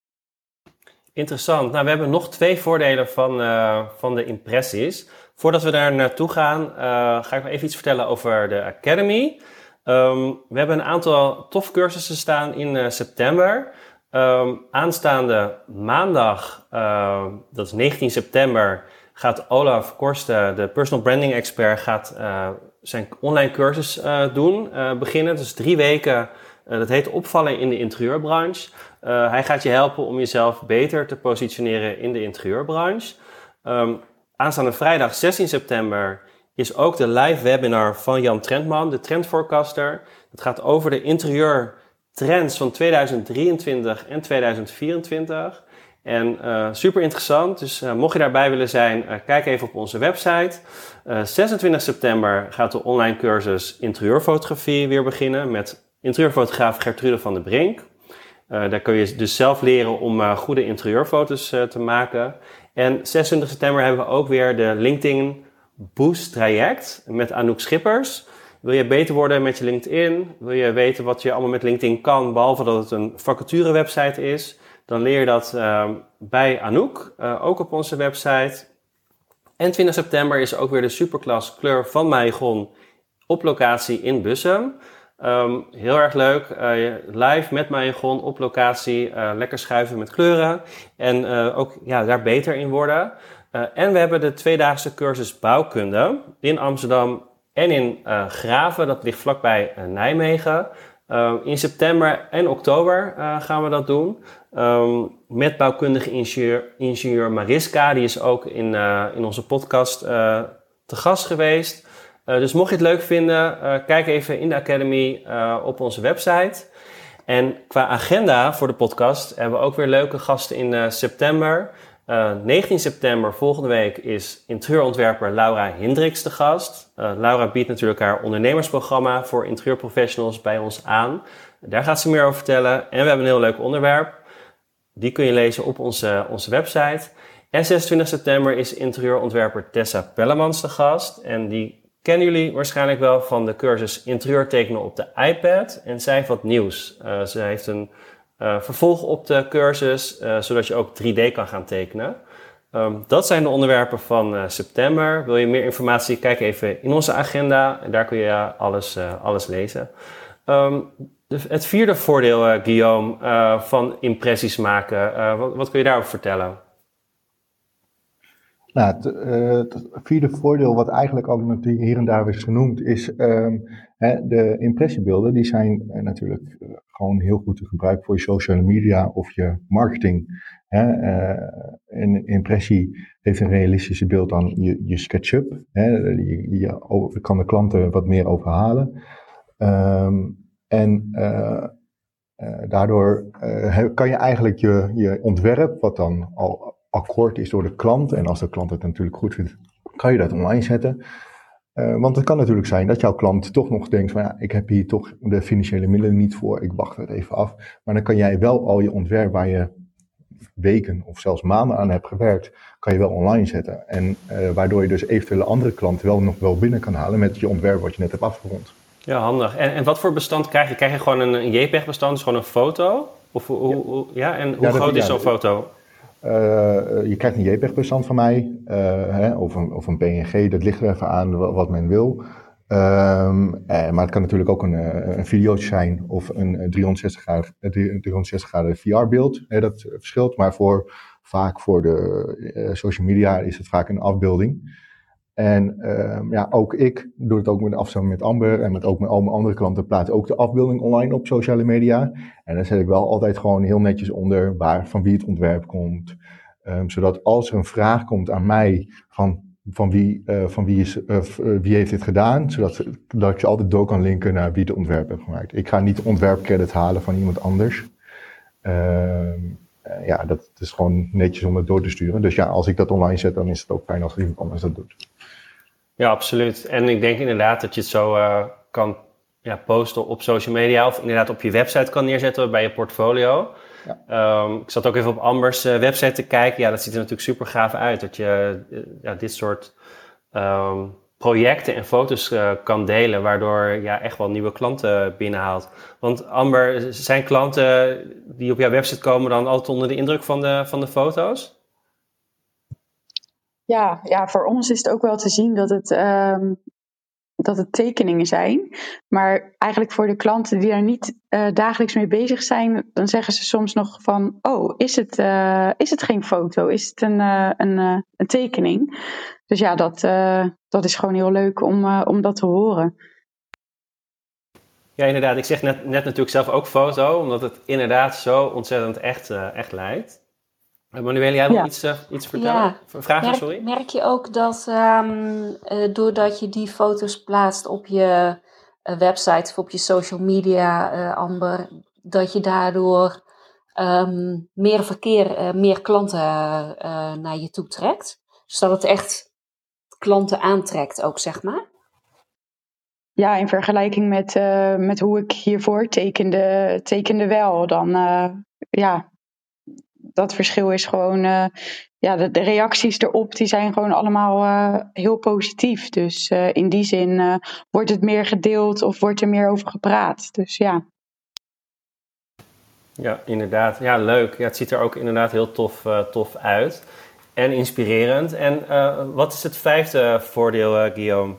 Interessant. Nou, we hebben nog twee voordelen van, uh, van de impressies. Voordat we daar naartoe gaan, uh, ga ik nog even iets vertellen over de Academy. Um, we hebben een aantal tof cursussen staan in uh, september. Um, aanstaande maandag, uh, dat is negentien september, gaat Olaf Korsten, de personal branding expert, gaat uh, zijn online cursus uh, doen, uh, beginnen. Dus drie weken, uh, dat heet opvallen in de interieurbranche. Uh, hij gaat je helpen om jezelf beter te positioneren in de interieurbranche. Um, aanstaande vrijdag zestien september is ook de live webinar van Jan Trentman, de trendforecaster. Het gaat over de interieur trends van tweeduizend drieëntwintig en tweeduizend vierentwintig. En uh, super interessant, dus uh, mocht je daarbij willen zijn, uh, kijk even op onze website. Uh, zesentwintig september gaat de online cursus interieurfotografie weer beginnen met interieurfotograaf Gertrude van der Brink. Uh, daar kun je dus zelf leren om uh, goede interieurfoto's uh, te maken. En zesentwintig september hebben we ook weer de LinkedIn Boost traject met Anouk Schippers. Wil je beter worden met je LinkedIn? Wil je weten wat je allemaal met LinkedIn kan, behalve dat het een vacaturewebsite is? Dan leer je dat uh, bij Anouk, uh, ook op onze website. En twintig september is ook weer de superklas kleur van Maïgon op locatie in Bussum. Um, heel erg leuk, uh, live met Maïgon op locatie, uh, lekker schuiven met kleuren en uh, ook ja, daar beter in worden. Uh, en we hebben de tweedaagse cursus bouwkunde in Amsterdam en in uh, Graven, dat ligt vlakbij uh, Nijmegen. Uh, in september en oktober uh, gaan we dat doen. Um, met bouwkundige ingenieur, ingenieur Mariska, die is ook in, uh, in onze podcast uh, te gast geweest. Uh, dus mocht je het leuk vinden, uh, kijk even in de Academy uh, op onze website. En qua agenda voor de podcast hebben we ook weer leuke gasten in uh, september. Uh, negentien september, volgende week, is interieurontwerper Laura Hindriks de gast. Uh, Laura biedt natuurlijk haar ondernemersprogramma voor interieurprofessionals bij ons aan. Daar gaat ze meer over vertellen. En we hebben een heel leuk onderwerp. Die kun je lezen op onze, onze website. En zesentwintig september is interieurontwerper Tessa Pellemans de gast. En die kennen jullie waarschijnlijk wel van de cursus Interieur tekenen op de iPad. En zij heeft wat nieuws. Uh, ze heeft een uh, vervolg op de cursus, uh, zodat je ook drie D kan gaan tekenen. Um, dat zijn de onderwerpen van uh, september. Wil je meer informatie? Kijk even in onze agenda. En daar kun je uh, alles, uh, alles lezen. Um, de, het vierde voordeel, uh, Guillaume, uh, van impressies maken. Uh, wat, wat kun je daarover vertellen? Nou, het, uh, het vierde voordeel, wat eigenlijk ook nog hier en daar is genoemd, is um, hè, de impressiebeelden. Die zijn uh, natuurlijk uh, gewoon heel goed te gebruiken voor je social media of je marketing. Hè. Uh, een impressie heeft een realistische beeld dan je, je SketchUp. Hè. Je, je over, kan de klanten wat meer overhalen. Um, en uh, uh, daardoor uh, kan je eigenlijk je, je ontwerp, wat dan al akkoord is door de klant, en als de klant het natuurlijk goed vindt, kan je dat online zetten. Uh, want het kan natuurlijk zijn dat jouw klant toch nog denkt van ja, ik heb hier toch de financiële middelen niet voor, ik wacht het even af. Maar dan kan jij wel al je ontwerp waar je weken of zelfs maanden aan hebt gewerkt, kan je wel online zetten. En uh, waardoor je dus eventuele andere klanten wel nog wel binnen kan halen met je ontwerp wat je net hebt afgerond. Ja, handig. En, en wat voor bestand krijg je? Krijg je gewoon een, een J P E G bestand, dus gewoon een foto? Of hoe, ja. Hoe, ja, en hoe ja, groot dat, is ja, zo'n foto? Uh, je krijgt een J P E G bestand van mij, uh, hè, of, een, of een P N G, dat ligt er even aan wat men wil. Um, eh, maar het kan natuurlijk ook een, een videootje zijn of een driehonderdzestig graden V R-beeld. Hè, dat verschilt, maar voor, vaak voor de uh, social media is het vaak een afbeelding. En um, ja, ook ik doe het ook met afstemming met Amber en met ook met al mijn andere klanten plaats ook de afbeelding online op sociale media. En dan zet ik wel altijd gewoon heel netjes onder waar, van wie het ontwerp komt. Um, zodat als er een vraag komt aan mij van, van, wie, uh, van wie, is, uh, wie heeft dit gedaan, zodat dat ik je altijd door kan linken naar wie het ontwerp heeft gemaakt. Ik ga niet de ontwerpcredit halen van iemand anders. Um, uh, ja, dat is gewoon netjes om het door te sturen. Dus ja, als ik dat online zet, dan is het ook fijn als iemand anders dat doet. Ja, absoluut. En ik denk inderdaad dat je het zo uh, kan ja, posten op social media of inderdaad op je website kan neerzetten bij je portfolio. Ja. Um, ik zat ook even op Ambers uh, website te kijken. Ja, dat ziet er natuurlijk super gaaf uit dat je uh, ja, dit soort um, projecten en foto's uh, kan delen, waardoor ja, echt wel nieuwe klanten binnenhaalt. Want Amber, zijn klanten die op jouw website komen dan altijd onder de indruk van de, van de foto's? Ja, ja, voor ons is het ook wel te zien dat het, um, dat het tekeningen zijn. Maar eigenlijk voor de klanten die daar niet uh, dagelijks mee bezig zijn, dan zeggen ze soms nog van, oh, is het, uh, is het geen foto? Is het een, uh, een, uh, een tekening? Dus ja, dat, uh, dat is gewoon heel leuk om, uh, om dat te horen. Ja, inderdaad. Ik zeg net, net natuurlijk zelf ook foto, omdat het inderdaad zo ontzettend echt, uh, echt lijkt. Manuele, jij wil ja. iets, uh, iets vertellen? Ja. Vragen, merk, sorry? Merk je ook dat um, uh, doordat je die foto's plaatst op je uh, website of op je social media, uh, Amber, dat je daardoor um, meer verkeer, uh, meer klanten uh, uh, naar je toe trekt? Dus dat het echt klanten aantrekt ook, zeg maar? Ja, in vergelijking met, uh, met hoe ik hiervoor tekende, tekende wel. Dan, uh, ja... Dat verschil is gewoon, uh, ja, de, de reacties erop, die zijn gewoon allemaal uh, heel positief. Dus uh, in die zin uh, wordt het meer gedeeld of wordt er meer over gepraat. Dus ja. Ja, inderdaad. Ja, leuk. Ja, het ziet er ook inderdaad heel tof, uh, tof uit. En inspirerend. En uh, wat is het vijfde voordeel, uh, Guillaume?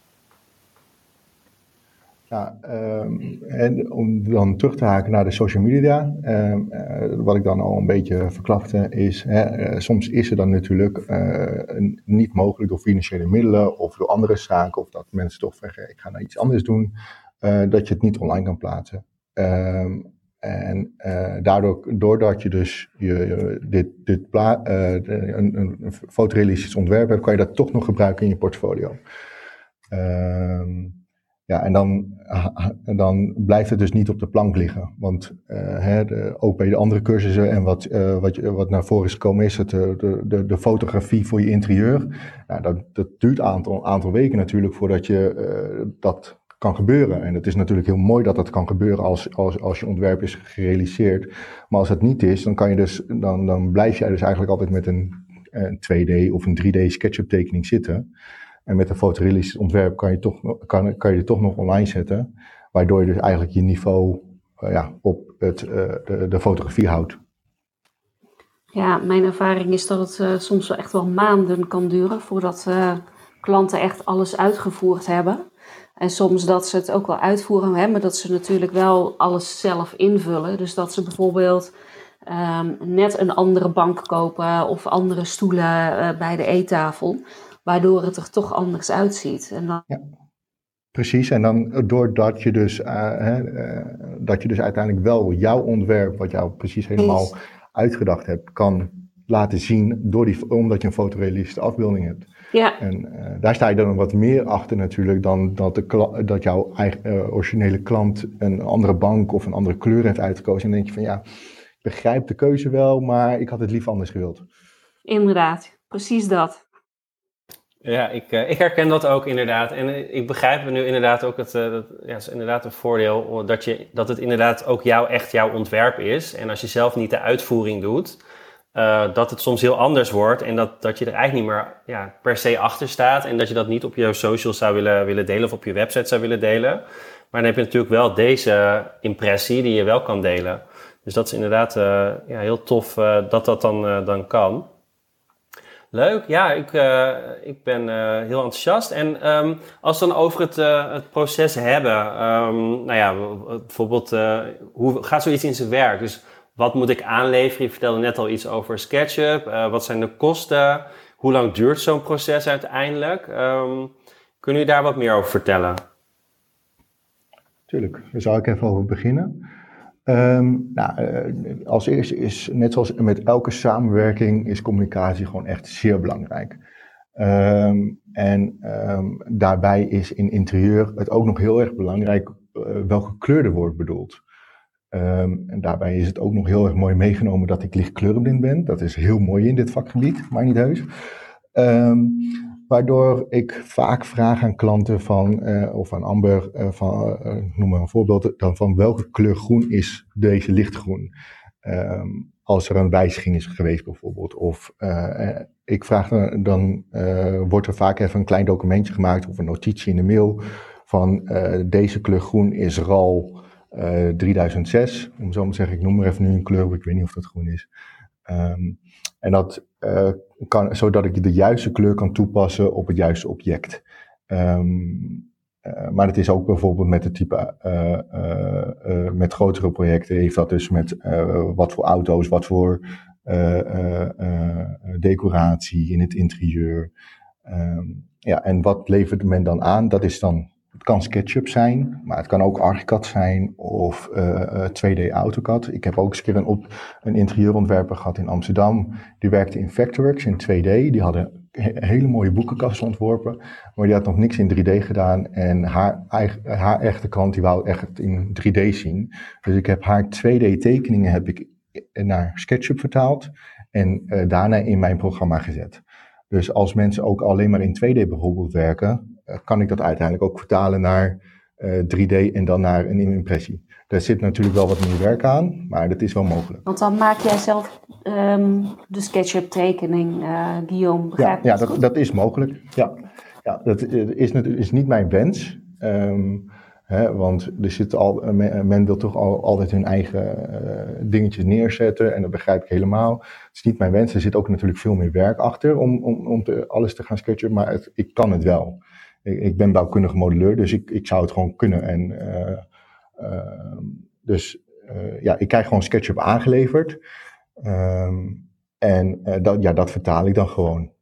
Ja, um, en om dan terug te haken naar de social media, um, uh, wat ik dan al een beetje verklapte is, hè, uh, soms is er dan natuurlijk uh, niet mogelijk door financiële middelen of door andere zaken, of dat mensen toch zeggen, ik ga nou iets anders doen, uh, dat je het niet online kan plaatsen. Um, en uh, daardoor, doordat je dus je, je, dit, dit pla- uh, een, een fotorealistisch ontwerp hebt, kan je dat toch nog gebruiken in je portfolio. Um, Ja, en dan, dan blijft het dus niet op de plank liggen. Want uh, hè, de, ook bij de andere cursussen en wat, uh, wat, wat naar voren is gekomen is het de, de, de fotografie voor je interieur. Nou, dat, dat duurt een aantal, aantal weken natuurlijk voordat je uh, dat kan gebeuren. En het is natuurlijk heel mooi dat dat kan gebeuren als, als, als je ontwerp is gerealiseerd. Maar als het niet is, dan, kan je dus, dan, dan blijf jij dus eigenlijk altijd met een, een twee D of een drie D SketchUp tekening zitten. En met een fotorealistisch ontwerp kan je, toch, kan, kan je het toch nog online zetten. Waardoor je dus eigenlijk je niveau uh, ja, op het, uh, de, de fotografie houdt. Ja, mijn ervaring is dat het uh, soms wel echt wel maanden kan duren voordat uh, klanten echt alles uitgevoerd hebben. En soms dat ze het ook wel uitvoeren, hè, maar dat ze natuurlijk wel alles zelf invullen. Dus dat ze bijvoorbeeld um, net een andere bank kopen of andere stoelen uh, bij de eettafel. Waardoor het er toch anders uitziet. En dan... Ja, precies. En dan doordat je dus, uh, hè, uh, dat je dus uiteindelijk wel jouw ontwerp, wat jou precies helemaal yes. uitgedacht hebt, kan laten zien, door die, omdat je een fotorealistische afbeelding hebt. Ja. En uh, daar sta je dan wat meer achter natuurlijk dan dat, de kla- dat jouw eigen, uh, originele klant een andere bank of een andere kleur heeft uitgekozen. En dan denk je van ja, ik begrijp de keuze wel, maar ik had het liever anders gewild. Inderdaad, precies dat. Ja, ik, uh, ik herken dat ook inderdaad. En uh, ik begrijp nu inderdaad ook het, uh, dat ja, is inderdaad een voordeel dat, je, dat het inderdaad ook jou, echt jouw ontwerp is. En als je zelf niet de uitvoering doet, uh, dat het soms heel anders wordt. En dat, dat je er eigenlijk niet meer ja, per se achter staat. En dat je dat niet op je socials zou willen, willen delen of op je website zou willen delen. Maar dan heb je natuurlijk wel deze impressie die je wel kan delen. Dus dat is inderdaad uh, ja, heel tof uh, dat dat dan, uh, dan kan. Leuk, ja, ik, uh, ik ben uh, heel enthousiast. En um, als we dan over het, uh, het proces hebben, um, nou ja, bijvoorbeeld, uh, hoe gaat zoiets in zijn werk? Dus wat moet ik aanleveren? Je vertelde net al iets over SketchUp. Uh, wat zijn de kosten? Hoe lang duurt zo'n proces uiteindelijk? Um, kunnen jullie daar wat meer over vertellen? Tuurlijk, daar zal ik even over beginnen. Um, nou, uh, als eerste is, net zoals met elke samenwerking, is communicatie gewoon echt zeer belangrijk. Um, en um, daarbij is in interieur het ook nog heel erg belangrijk uh, welke kleur er wordt bedoeld. Um, en daarbij is het ook nog heel erg mooi meegenomen dat ik licht kleurenblind ben. Dat is heel mooi in dit vakgebied, maar niet heus. Um, Waardoor ik vaak vraag aan klanten van, uh, of aan Amber, uh, van, uh, noem maar een voorbeeld, dan van welke kleur groen is deze lichtgroen? Um, als er een wijziging is geweest bijvoorbeeld. Of uh, ik vraag dan, dan uh, wordt er vaak even een klein documentje gemaakt of een notitie in de mail van uh, deze kleur groen is R A L uh, drieduizend zes. Om zo maar te zeggen, ik noem maar even nu een kleur, ik weet niet of dat groen is. Um, en dat uh, kan, zodat ik de juiste kleur kan toepassen op het juiste object. Um, uh, maar het is ook bijvoorbeeld met het type, uh, uh, uh, met grotere projecten, heeft dat dus met uh, wat voor auto's, wat voor uh, uh, uh, decoratie in het interieur. Um, ja, en wat levert men dan aan? Dat is dan, het kan SketchUp zijn, maar het kan ook Archicad zijn of uh, twee D AutoCAD. Ik heb ook eens een keer een, op, een interieurontwerper gehad in Amsterdam. Die werkte in Vectorworks in twee D. Die hadden he- hele mooie boekenkasten ontworpen, maar die had nog niks in drie D gedaan. En haar, eigen, haar echte klant die wou echt in drie D zien. Dus ik heb haar twee D tekeningen heb ik naar SketchUp vertaald en uh, daarna in mijn programma gezet. Dus als mensen ook alleen maar in twee D bijvoorbeeld werken, kan ik dat uiteindelijk ook vertalen naar uh, drie D en dan naar een impressie. Daar zit natuurlijk wel wat meer werk aan, maar dat is wel mogelijk. Want dan maak jij zelf um, de SketchUp tekening, uh, Guillaume, begrijp Ja, je ja dat, dat is mogelijk. Ja, ja dat is, is niet mijn wens. Um, hè, want er zit al, men, men wil toch al, altijd hun eigen uh, dingetjes neerzetten en dat begrijp ik helemaal. Het is niet mijn wens, er zit ook natuurlijk veel meer werk achter om, om, om te, alles te gaan sketchen, maar het, ik kan het wel. Ik, ik ben bouwkundige modelleur, dus ik, ik zou het gewoon kunnen. En, uh, uh, dus uh, ja, ik krijg gewoon SketchUp aangeleverd. Um, en uh, dat, ja, dat vertaal ik dan gewoon.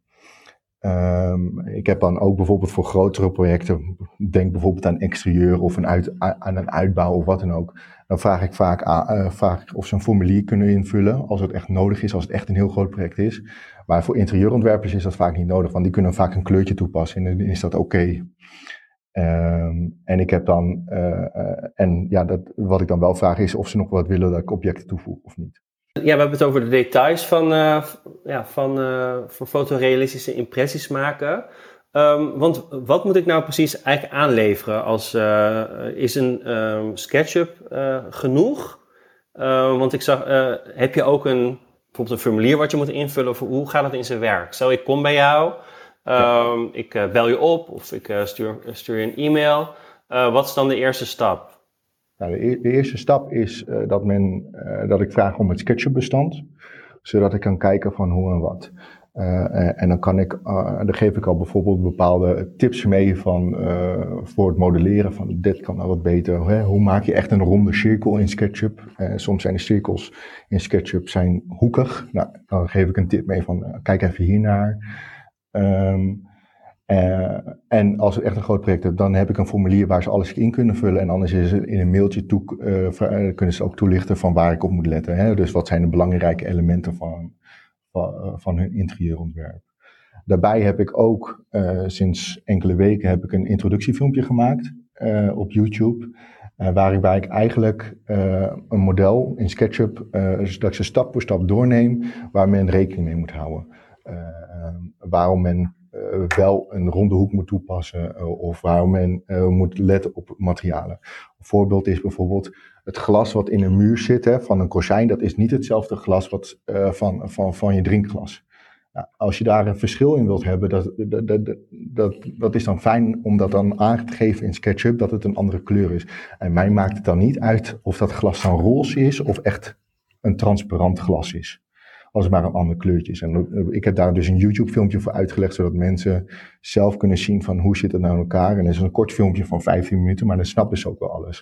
Um, ik heb dan ook bijvoorbeeld voor grotere projecten, denk bijvoorbeeld aan exterieur of een uit, aan een uitbouw of wat dan ook. Dan vraag ik vaak aan, uh, vraag ik of ze een formulier kunnen invullen als het echt nodig is, als het echt een heel groot project is. Maar voor interieurontwerpers is dat vaak niet nodig, want die kunnen vaak een kleurtje toepassen en dan is dat oké. Okay. Um, en ik heb dan, uh, uh, en ja, dat, wat ik dan wel vraag is of ze nog wat willen dat ik objecten toevoeg of niet. Ja, we hebben het over de details van, uh, ja, van, uh, van fotorealistische impressies maken. Um, want wat moet ik nou precies eigenlijk aanleveren? Als, uh, is een um, SketchUp uh, genoeg? Uh, want ik zag, uh, heb je ook een, bijvoorbeeld een formulier wat je moet invullen? Of hoe gaat het in zijn werk? Stel, ik kom bij jou, um, ja. ik uh, bel je op of ik uh, stuur, stuur je een e-mail. Uh, wat is dan de eerste stap? Nou, de, e- de eerste stap is uh, dat, men, uh, dat ik vraag om het SketchUp bestand, zodat ik kan kijken van hoe en wat. Uh, en dan kan ik, uh, dan geef ik al bijvoorbeeld bepaalde tips mee van, uh, voor het modelleren van dit kan nou wat beter. Hè? Hoe maak je echt een ronde cirkel in SketchUp? Uh, soms zijn de cirkels in SketchUp zijn hoekig. Nou, dan geef ik een tip mee van uh, kijk even hiernaar. Um, Uh, en als het echt een groot project is, dan heb ik een formulier waar ze alles in kunnen vullen. En anders is het in een mailtje toe, uh, kunnen ze ook toelichten van waar ik op moet letten. Hè? Dus wat zijn de belangrijke elementen van, van, uh, van hun interieurontwerp. Daarbij heb ik ook uh, sinds enkele weken heb ik een introductiefilmpje gemaakt uh, op YouTube. Uh, waarbij ik eigenlijk uh, een model in SketchUp, uh, dus dat ik ze stap voor stap doorneem, waar men rekening mee moet houden. Uh, uh, waarom men uh, wel een ronde hoek moet toepassen uh, of waar men uh, moet letten op materialen. Een voorbeeld is bijvoorbeeld het glas wat in een muur zit hè, van een kozijn, dat is niet hetzelfde glas wat, uh, van, van, van je drinkglas. Nou, als je daar een verschil in wilt hebben, dat, dat, dat, dat, dat is dan fijn om dat dan aan te geven in SketchUp dat het een andere kleur is. En mij maakt het dan niet uit of dat glas dan roze is of echt een transparant glas is. Als het maar een ander kleurtje is. En ik heb daar dus een YouTube filmpje voor uitgelegd, zodat mensen zelf kunnen zien van hoe zit het nou in elkaar. En dat is een kort filmpje van vijftien minuten, maar dan snappen ze ook wel alles.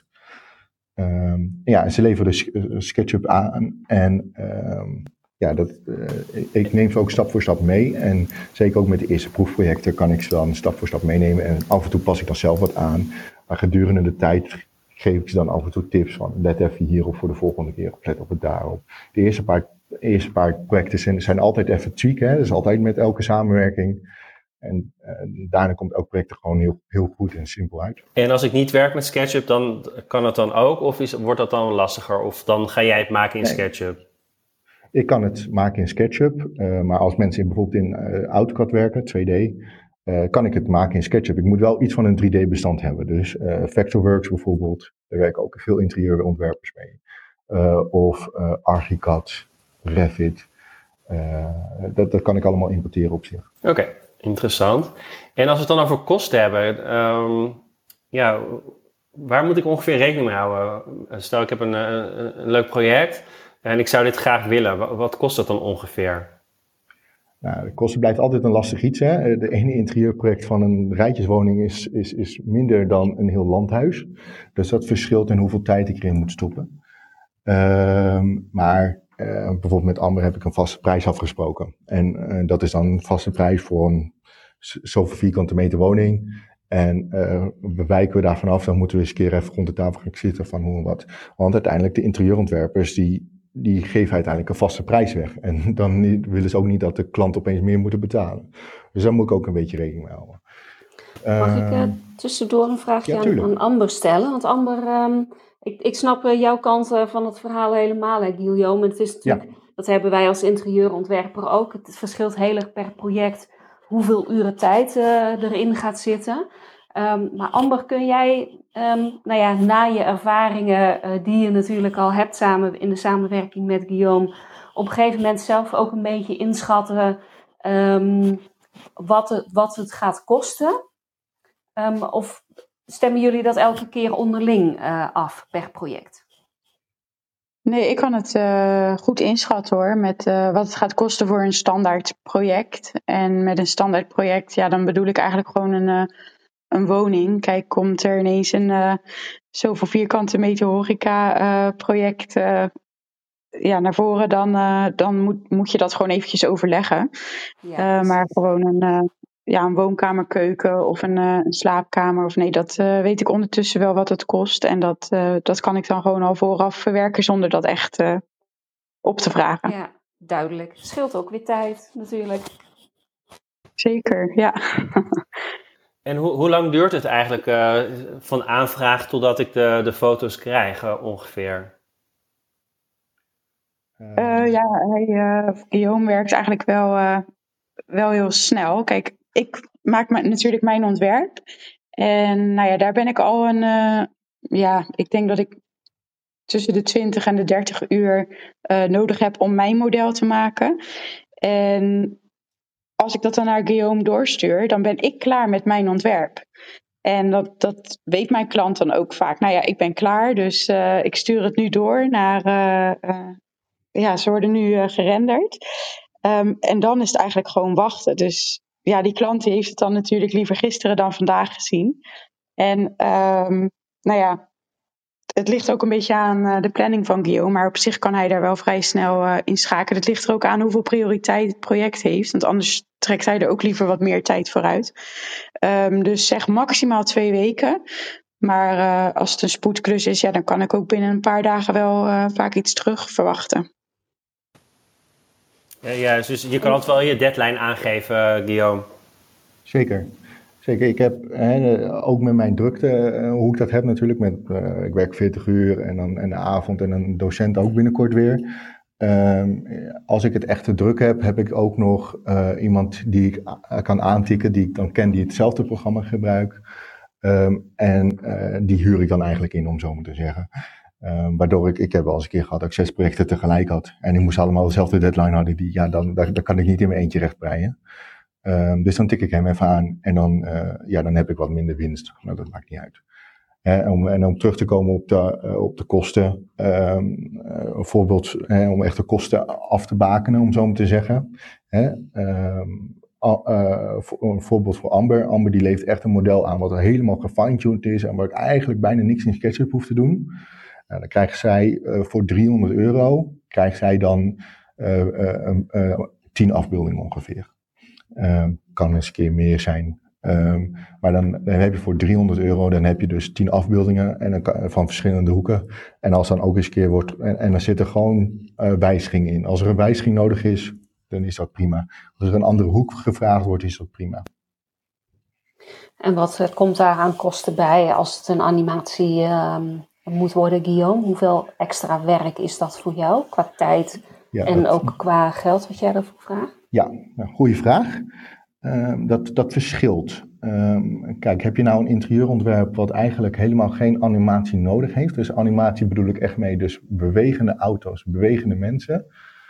Um, ja, en ze leveren dus SketchUp aan en um, ja, dat, uh, ik neem ze ook stap voor stap mee. En zeker ook met de eerste proefprojecten kan ik ze dan stap voor stap meenemen. En af en toe pas ik dan zelf wat aan. Maar gedurende de tijd geef ik ze dan af en toe tips van let even hierop voor de volgende keer of let op het daarop. De eerste paar, de eerste paar projecten zijn, zijn altijd even tweaken. Hè? Dat is altijd met elke samenwerking. En uh, daarna komt elk project er gewoon heel, heel goed en simpel uit. En als ik niet werk met SketchUp, dan kan het dan ook? Of is, wordt dat dan lastiger? Of dan ga jij het maken in nee. SketchUp? Ik kan het maken in SketchUp, uh, maar als mensen in, bijvoorbeeld in uh, AutoCAD werken, twee D, uh, kan ik het maken in SketchUp. Ik moet wel iets van een drie D bestand hebben. Dus uh, Vectorworks bijvoorbeeld, daar werken ook veel interieurontwerpers mee. Uh, of uh, Archicad, Revit, uh, dat, dat kan ik allemaal importeren op zich. Oké, okay, interessant. En als we het dan over kosten hebben, um, ja, waar moet ik ongeveer rekening mee houden? Stel ik heb een, een, een leuk project en ik zou dit graag willen. Wat kost dat dan ongeveer? Nou, de kosten blijft altijd een lastig iets. Hè? De ene interieurproject van een rijtjeswoning is, is, is minder dan een heel landhuis. Dus dat verschilt in hoeveel tijd ik erin moet stoppen. Uh, maar uh, bijvoorbeeld met Amber heb ik een vaste prijs afgesproken. En uh, dat is dan een vaste prijs voor een zoveel vierkante meter woning. En uh, wijken we daarvan af, dan moeten we eens een keer even rond de tafel gaan zitten van hoe en wat. Want uiteindelijk de interieurontwerpers die... die geven uiteindelijk een vaste prijs weg. En dan willen ze ook niet dat de klant opeens meer moet betalen. Dus daar moet ik ook een beetje rekening mee houden. Mag uh, ik uh, tussendoor een vraagje ja, aan, aan Amber stellen? Want Amber, um, ik, ik snap uh, jouw kant uh, van het verhaal helemaal, hè, Guillaume. En het is natuurlijk, ja. dat hebben wij als interieurontwerper ook. Het verschilt heel erg per project hoeveel uren tijd uh, erin gaat zitten. Um, maar Amber, kun jij, um, nou ja, na je ervaringen uh, die je natuurlijk al hebt samen in de samenwerking met Guillaume, op een gegeven moment zelf ook een beetje inschatten um, wat, het, wat het gaat kosten? Um, of stemmen jullie dat elke keer onderling uh, af per project? Nee, ik kan het uh, goed inschatten hoor, met uh, wat het gaat kosten voor een standaard project. En met een standaard project, ja, dan bedoel ik eigenlijk gewoon een... Uh, een woning. Kijk, komt er ineens een uh, zoveel vierkante meter horeca uh, project uh, ja, naar voren, dan, uh, dan moet, moet je dat gewoon eventjes overleggen. Ja, uh, maar gewoon een, uh, ja, een woonkamer, keuken of een, uh, een slaapkamer of nee, dat uh, weet ik ondertussen wel wat het kost. En dat, uh, dat kan ik dan gewoon al vooraf verwerken zonder dat echt uh, op te vragen. Ja, duidelijk. Scheelt ook weer tijd natuurlijk. Zeker, ja. En ho- hoe lang duurt het eigenlijk uh, van aanvraag totdat ik de, de foto's krijg uh, ongeveer? Uh, ja, hij, uh, Guillaume werkt eigenlijk wel, uh, wel heel snel. Kijk, ik maak me, natuurlijk mijn ontwerp. En nou ja, daar ben ik al een... Uh, ja, ik denk dat ik tussen de twintig en de dertig uur uh, nodig heb om mijn model te maken. En... als ik dat dan naar Guillaume doorstuur, dan ben ik klaar met mijn ontwerp. En dat, dat weet mijn klant dan ook vaak. Nou ja, ik ben klaar, dus uh, ik stuur het nu door naar... Uh, uh, ja, ze worden nu uh, gerenderd. Um, en dan is het eigenlijk gewoon wachten. Dus ja, die klant die heeft het dan natuurlijk liever gisteren dan vandaag gezien. En um, nou ja... het ligt ook een beetje aan uh, de planning van Guillaume, maar op zich kan hij daar wel vrij snel uh, in schakelen. Het ligt er ook aan hoeveel prioriteit het project heeft, want anders trekt hij er ook liever wat meer tijd voor uit. Um, dus zeg maximaal twee weken. Maar uh, als het een spoedklus is, ja, dan kan ik ook binnen een paar dagen wel uh, vaak iets terug verwachten. Ja, ja, dus je kan altijd wel je deadline aangeven, uh, Guillaume. Zeker. Zeker, ik heb hè, ook met mijn drukte, uh, hoe ik dat heb natuurlijk, met, uh, ik werk veertig uur en dan en de avond en een docent ook binnenkort weer. Um, als ik het echt te druk heb, heb ik ook nog uh, iemand die ik a- kan aantikken, die ik dan ken, die hetzelfde programma gebruikt. Um, en uh, die huur ik dan eigenlijk in, om zo maar te zeggen. Um, waardoor ik, ik heb wel eens een keer gehad dat ik zes projecten tegelijk had. En die moesten allemaal dezelfde deadline hadden. Die, ja, dan, daar, daar kan ik niet in mijn eentje rechtbreien. Um, dus dan tik ik hem even aan en dan, uh, ja, dan heb ik wat minder winst. Maar dat maakt niet uit. He, om, en om terug te komen op de, uh, op de kosten, um, uh, een voorbeeld, he, om echt de kosten af te bakenen, om zo maar te zeggen. He, um, uh, voor, een voorbeeld voor Amber. Amber die levert echt een model aan wat er helemaal gefine-tuned is en waar ik eigenlijk bijna niks in SketchUp hoef te doen. Uh, dan krijgt zij uh, voor driehonderd euro, krijgt zij dan uh, uh, uh, tien afbeeldingen ongeveer. Uh, kan eens een keer meer zijn. Um, maar dan, dan heb je voor driehonderd euro, dan heb je dus tien afbeeldingen en dan kan, van verschillende hoeken. En als dan ook eens een keer wordt, en, en dan zit er gewoon uh, wijziging in. Als er een wijziging nodig is, dan is dat prima. Als er een andere hoek gevraagd wordt, is dat prima. En wat uh, komt daar aan kosten bij als het een animatie uh, moet worden, Guillaume? Hoeveel extra werk is dat voor jou qua tijd ja, en dat, ook qua geld wat jij daarvoor vraagt? Ja, nou, goede vraag. Uh, dat, dat verschilt. Um, kijk, heb je nou een interieurontwerp wat eigenlijk helemaal geen animatie nodig heeft? Dus animatie bedoel ik echt mee, dus bewegende auto's, bewegende mensen.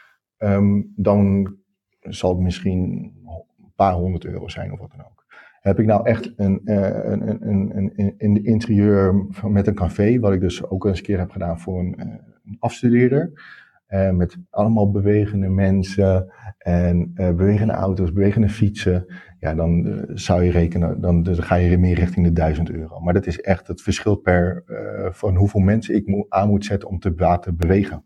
Um, dan zal het misschien een paar honderd euro zijn of wat dan ook. Heb ik nou echt een, uh, een, een, een, een, een interieur met een café, wat ik dus ook eens een keer heb gedaan voor een, uh, een afstudeerder. Uh, met allemaal bewegende mensen en uh, bewegende auto's, bewegende fietsen. Ja, dan uh, zou je rekenen, dan, dan ga je meer richting de duizend euro. Maar dat is echt het verschil per uh, van hoeveel mensen ik mo- aan moet zetten om te laten bewegen.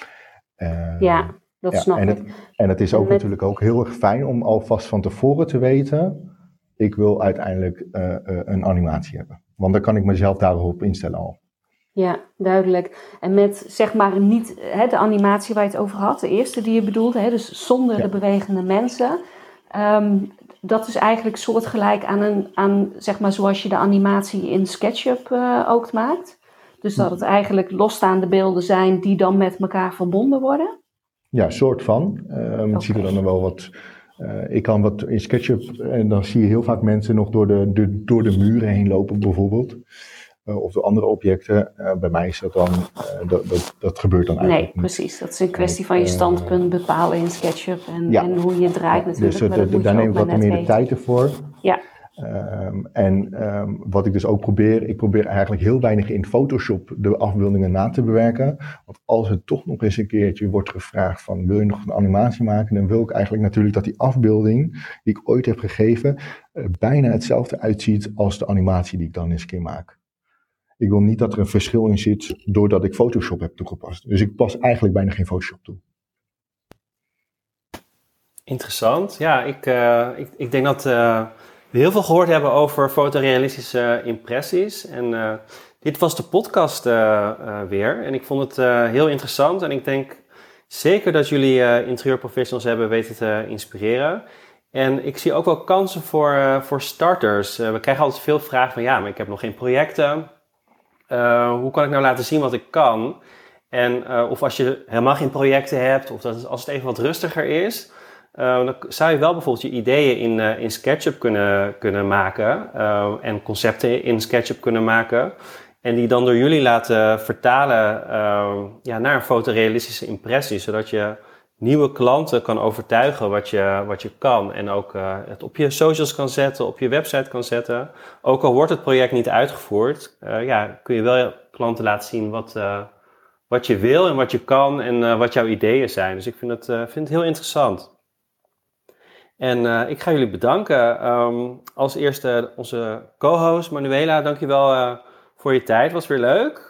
Uh, ja, dat ja, snap en ik. Het, en het is ook met... natuurlijk ook heel erg fijn om alvast van tevoren te weten, ik wil uiteindelijk uh, uh, een animatie hebben. Want dan kan ik mezelf daarop instellen al. Ja, duidelijk. En met zeg maar niet hè, de animatie waar je het over had, de eerste die je bedoelde, hè, dus zonder ja. de bewegende mensen. Um, dat is eigenlijk soortgelijk aan, een, aan zeg maar zoals je de animatie in SketchUp uh, ook maakt. Dus dat het eigenlijk losstaande beelden zijn die dan met elkaar verbonden worden? Ja, soort van. Uh, okay. Je ziet er dan wel wat... Uh, ik kan wat in SketchUp, en dan zie je heel vaak mensen nog door de, de, door de muren heen lopen bijvoorbeeld. Uh, of door andere objecten. Uh, bij mij is dat dan, uh, dat, dat, dat gebeurt dan eigenlijk Nee, precies. Niet. Dat is een kwestie van je standpunt uh, bepalen in SketchUp en, ja. en hoe je het draait ja, natuurlijk. Dus uh, de, de, daar neem ik wat meer de tijd ervoor. Ja. Um, en um, wat ik dus ook probeer, ik probeer eigenlijk heel weinig in Photoshop de afbeeldingen na te bewerken. Want als het toch nog eens een keertje wordt gevraagd van wil je nog een animatie maken, dan wil ik eigenlijk natuurlijk dat die afbeelding die ik ooit heb gegeven uh, bijna hetzelfde uitziet als de animatie die ik dan eens een keer maak. Ik wil niet dat er een verschil in zit doordat ik Photoshop heb toegepast. Dus ik pas eigenlijk bijna geen Photoshop toe. Interessant. Ja, ik, uh, ik, ik denk dat uh, we heel veel gehoord hebben over fotorealistische impressies. En uh, dit was de podcast uh, uh, weer. En ik vond het uh, heel interessant. En ik denk zeker dat jullie uh, interieurprofessionals hebben weten te inspireren. En ik zie ook wel kansen voor, uh, voor starters. Uh, we krijgen altijd veel vragen van ja, maar ik heb nog geen projecten. Uh, hoe kan ik nou laten zien wat ik kan? En uh, of als je helemaal geen projecten hebt, of dat als het even wat rustiger is, uh, dan zou je wel bijvoorbeeld je ideeën in, uh, in SketchUp kunnen, kunnen maken uh, en concepten in SketchUp kunnen maken. En die dan door jullie laten vertalen uh, ja, naar een fotorealistische impressie, zodat je nieuwe klanten kan overtuigen wat je, wat je kan. En ook uh, het op je socials kan zetten, op je website kan zetten. Ook al wordt het project niet uitgevoerd, uh, ja, kun je wel klanten laten zien wat, uh, wat je wil en wat je kan en uh, wat jouw ideeën zijn. Dus ik vind het, uh, vind het heel interessant. En uh, ik ga jullie bedanken. Um, als eerste onze co-host Manuela, dankjewel uh, voor je tijd. Was weer leuk.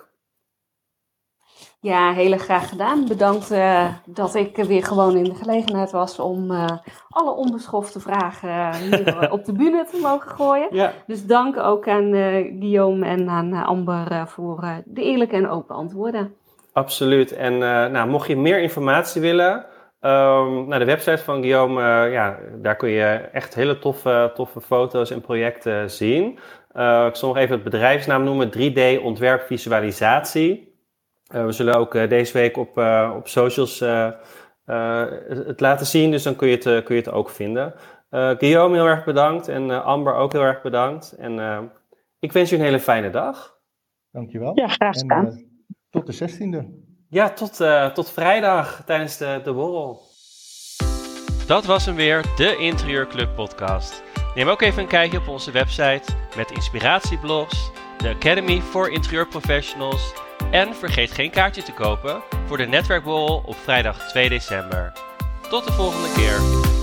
Ja, heel graag gedaan. Bedankt uh, dat ik weer gewoon in de gelegenheid was om uh, alle onbeschofte vragen hier op de bühne te mogen gooien. Ja. Dus dank ook aan uh, Guillaume en aan uh, Amber uh, voor uh, de eerlijke en open antwoorden. Absoluut. En uh, nou, mocht je meer informatie willen, um, naar de website van Guillaume, uh, ja, daar kun je echt hele toffe, toffe foto's en projecten zien. Uh, ik zal nog even het bedrijfsnaam noemen, drie D Ontwerp Visualisatie. Uh, we zullen ook uh, deze week op, uh, op socials uh, uh, het laten zien, dus dan kun je het, uh, kun je het ook vinden. Uh, Guillaume, heel erg bedankt en uh, Amber ook heel erg bedankt. En uh, ik wens je een hele fijne dag. Dankjewel. Ja, graag gedaan. En, uh, tot de zestiende. Ja, tot, uh, tot vrijdag tijdens de, de borrel. Dat was hem weer, de Interieurclub podcast. Neem ook even een kijkje op onze website met inspiratieblogs, de Academy for Interieur Professionals en vergeet geen kaartje te kopen voor de netwerkborrel op vrijdag twee december. Tot de volgende keer.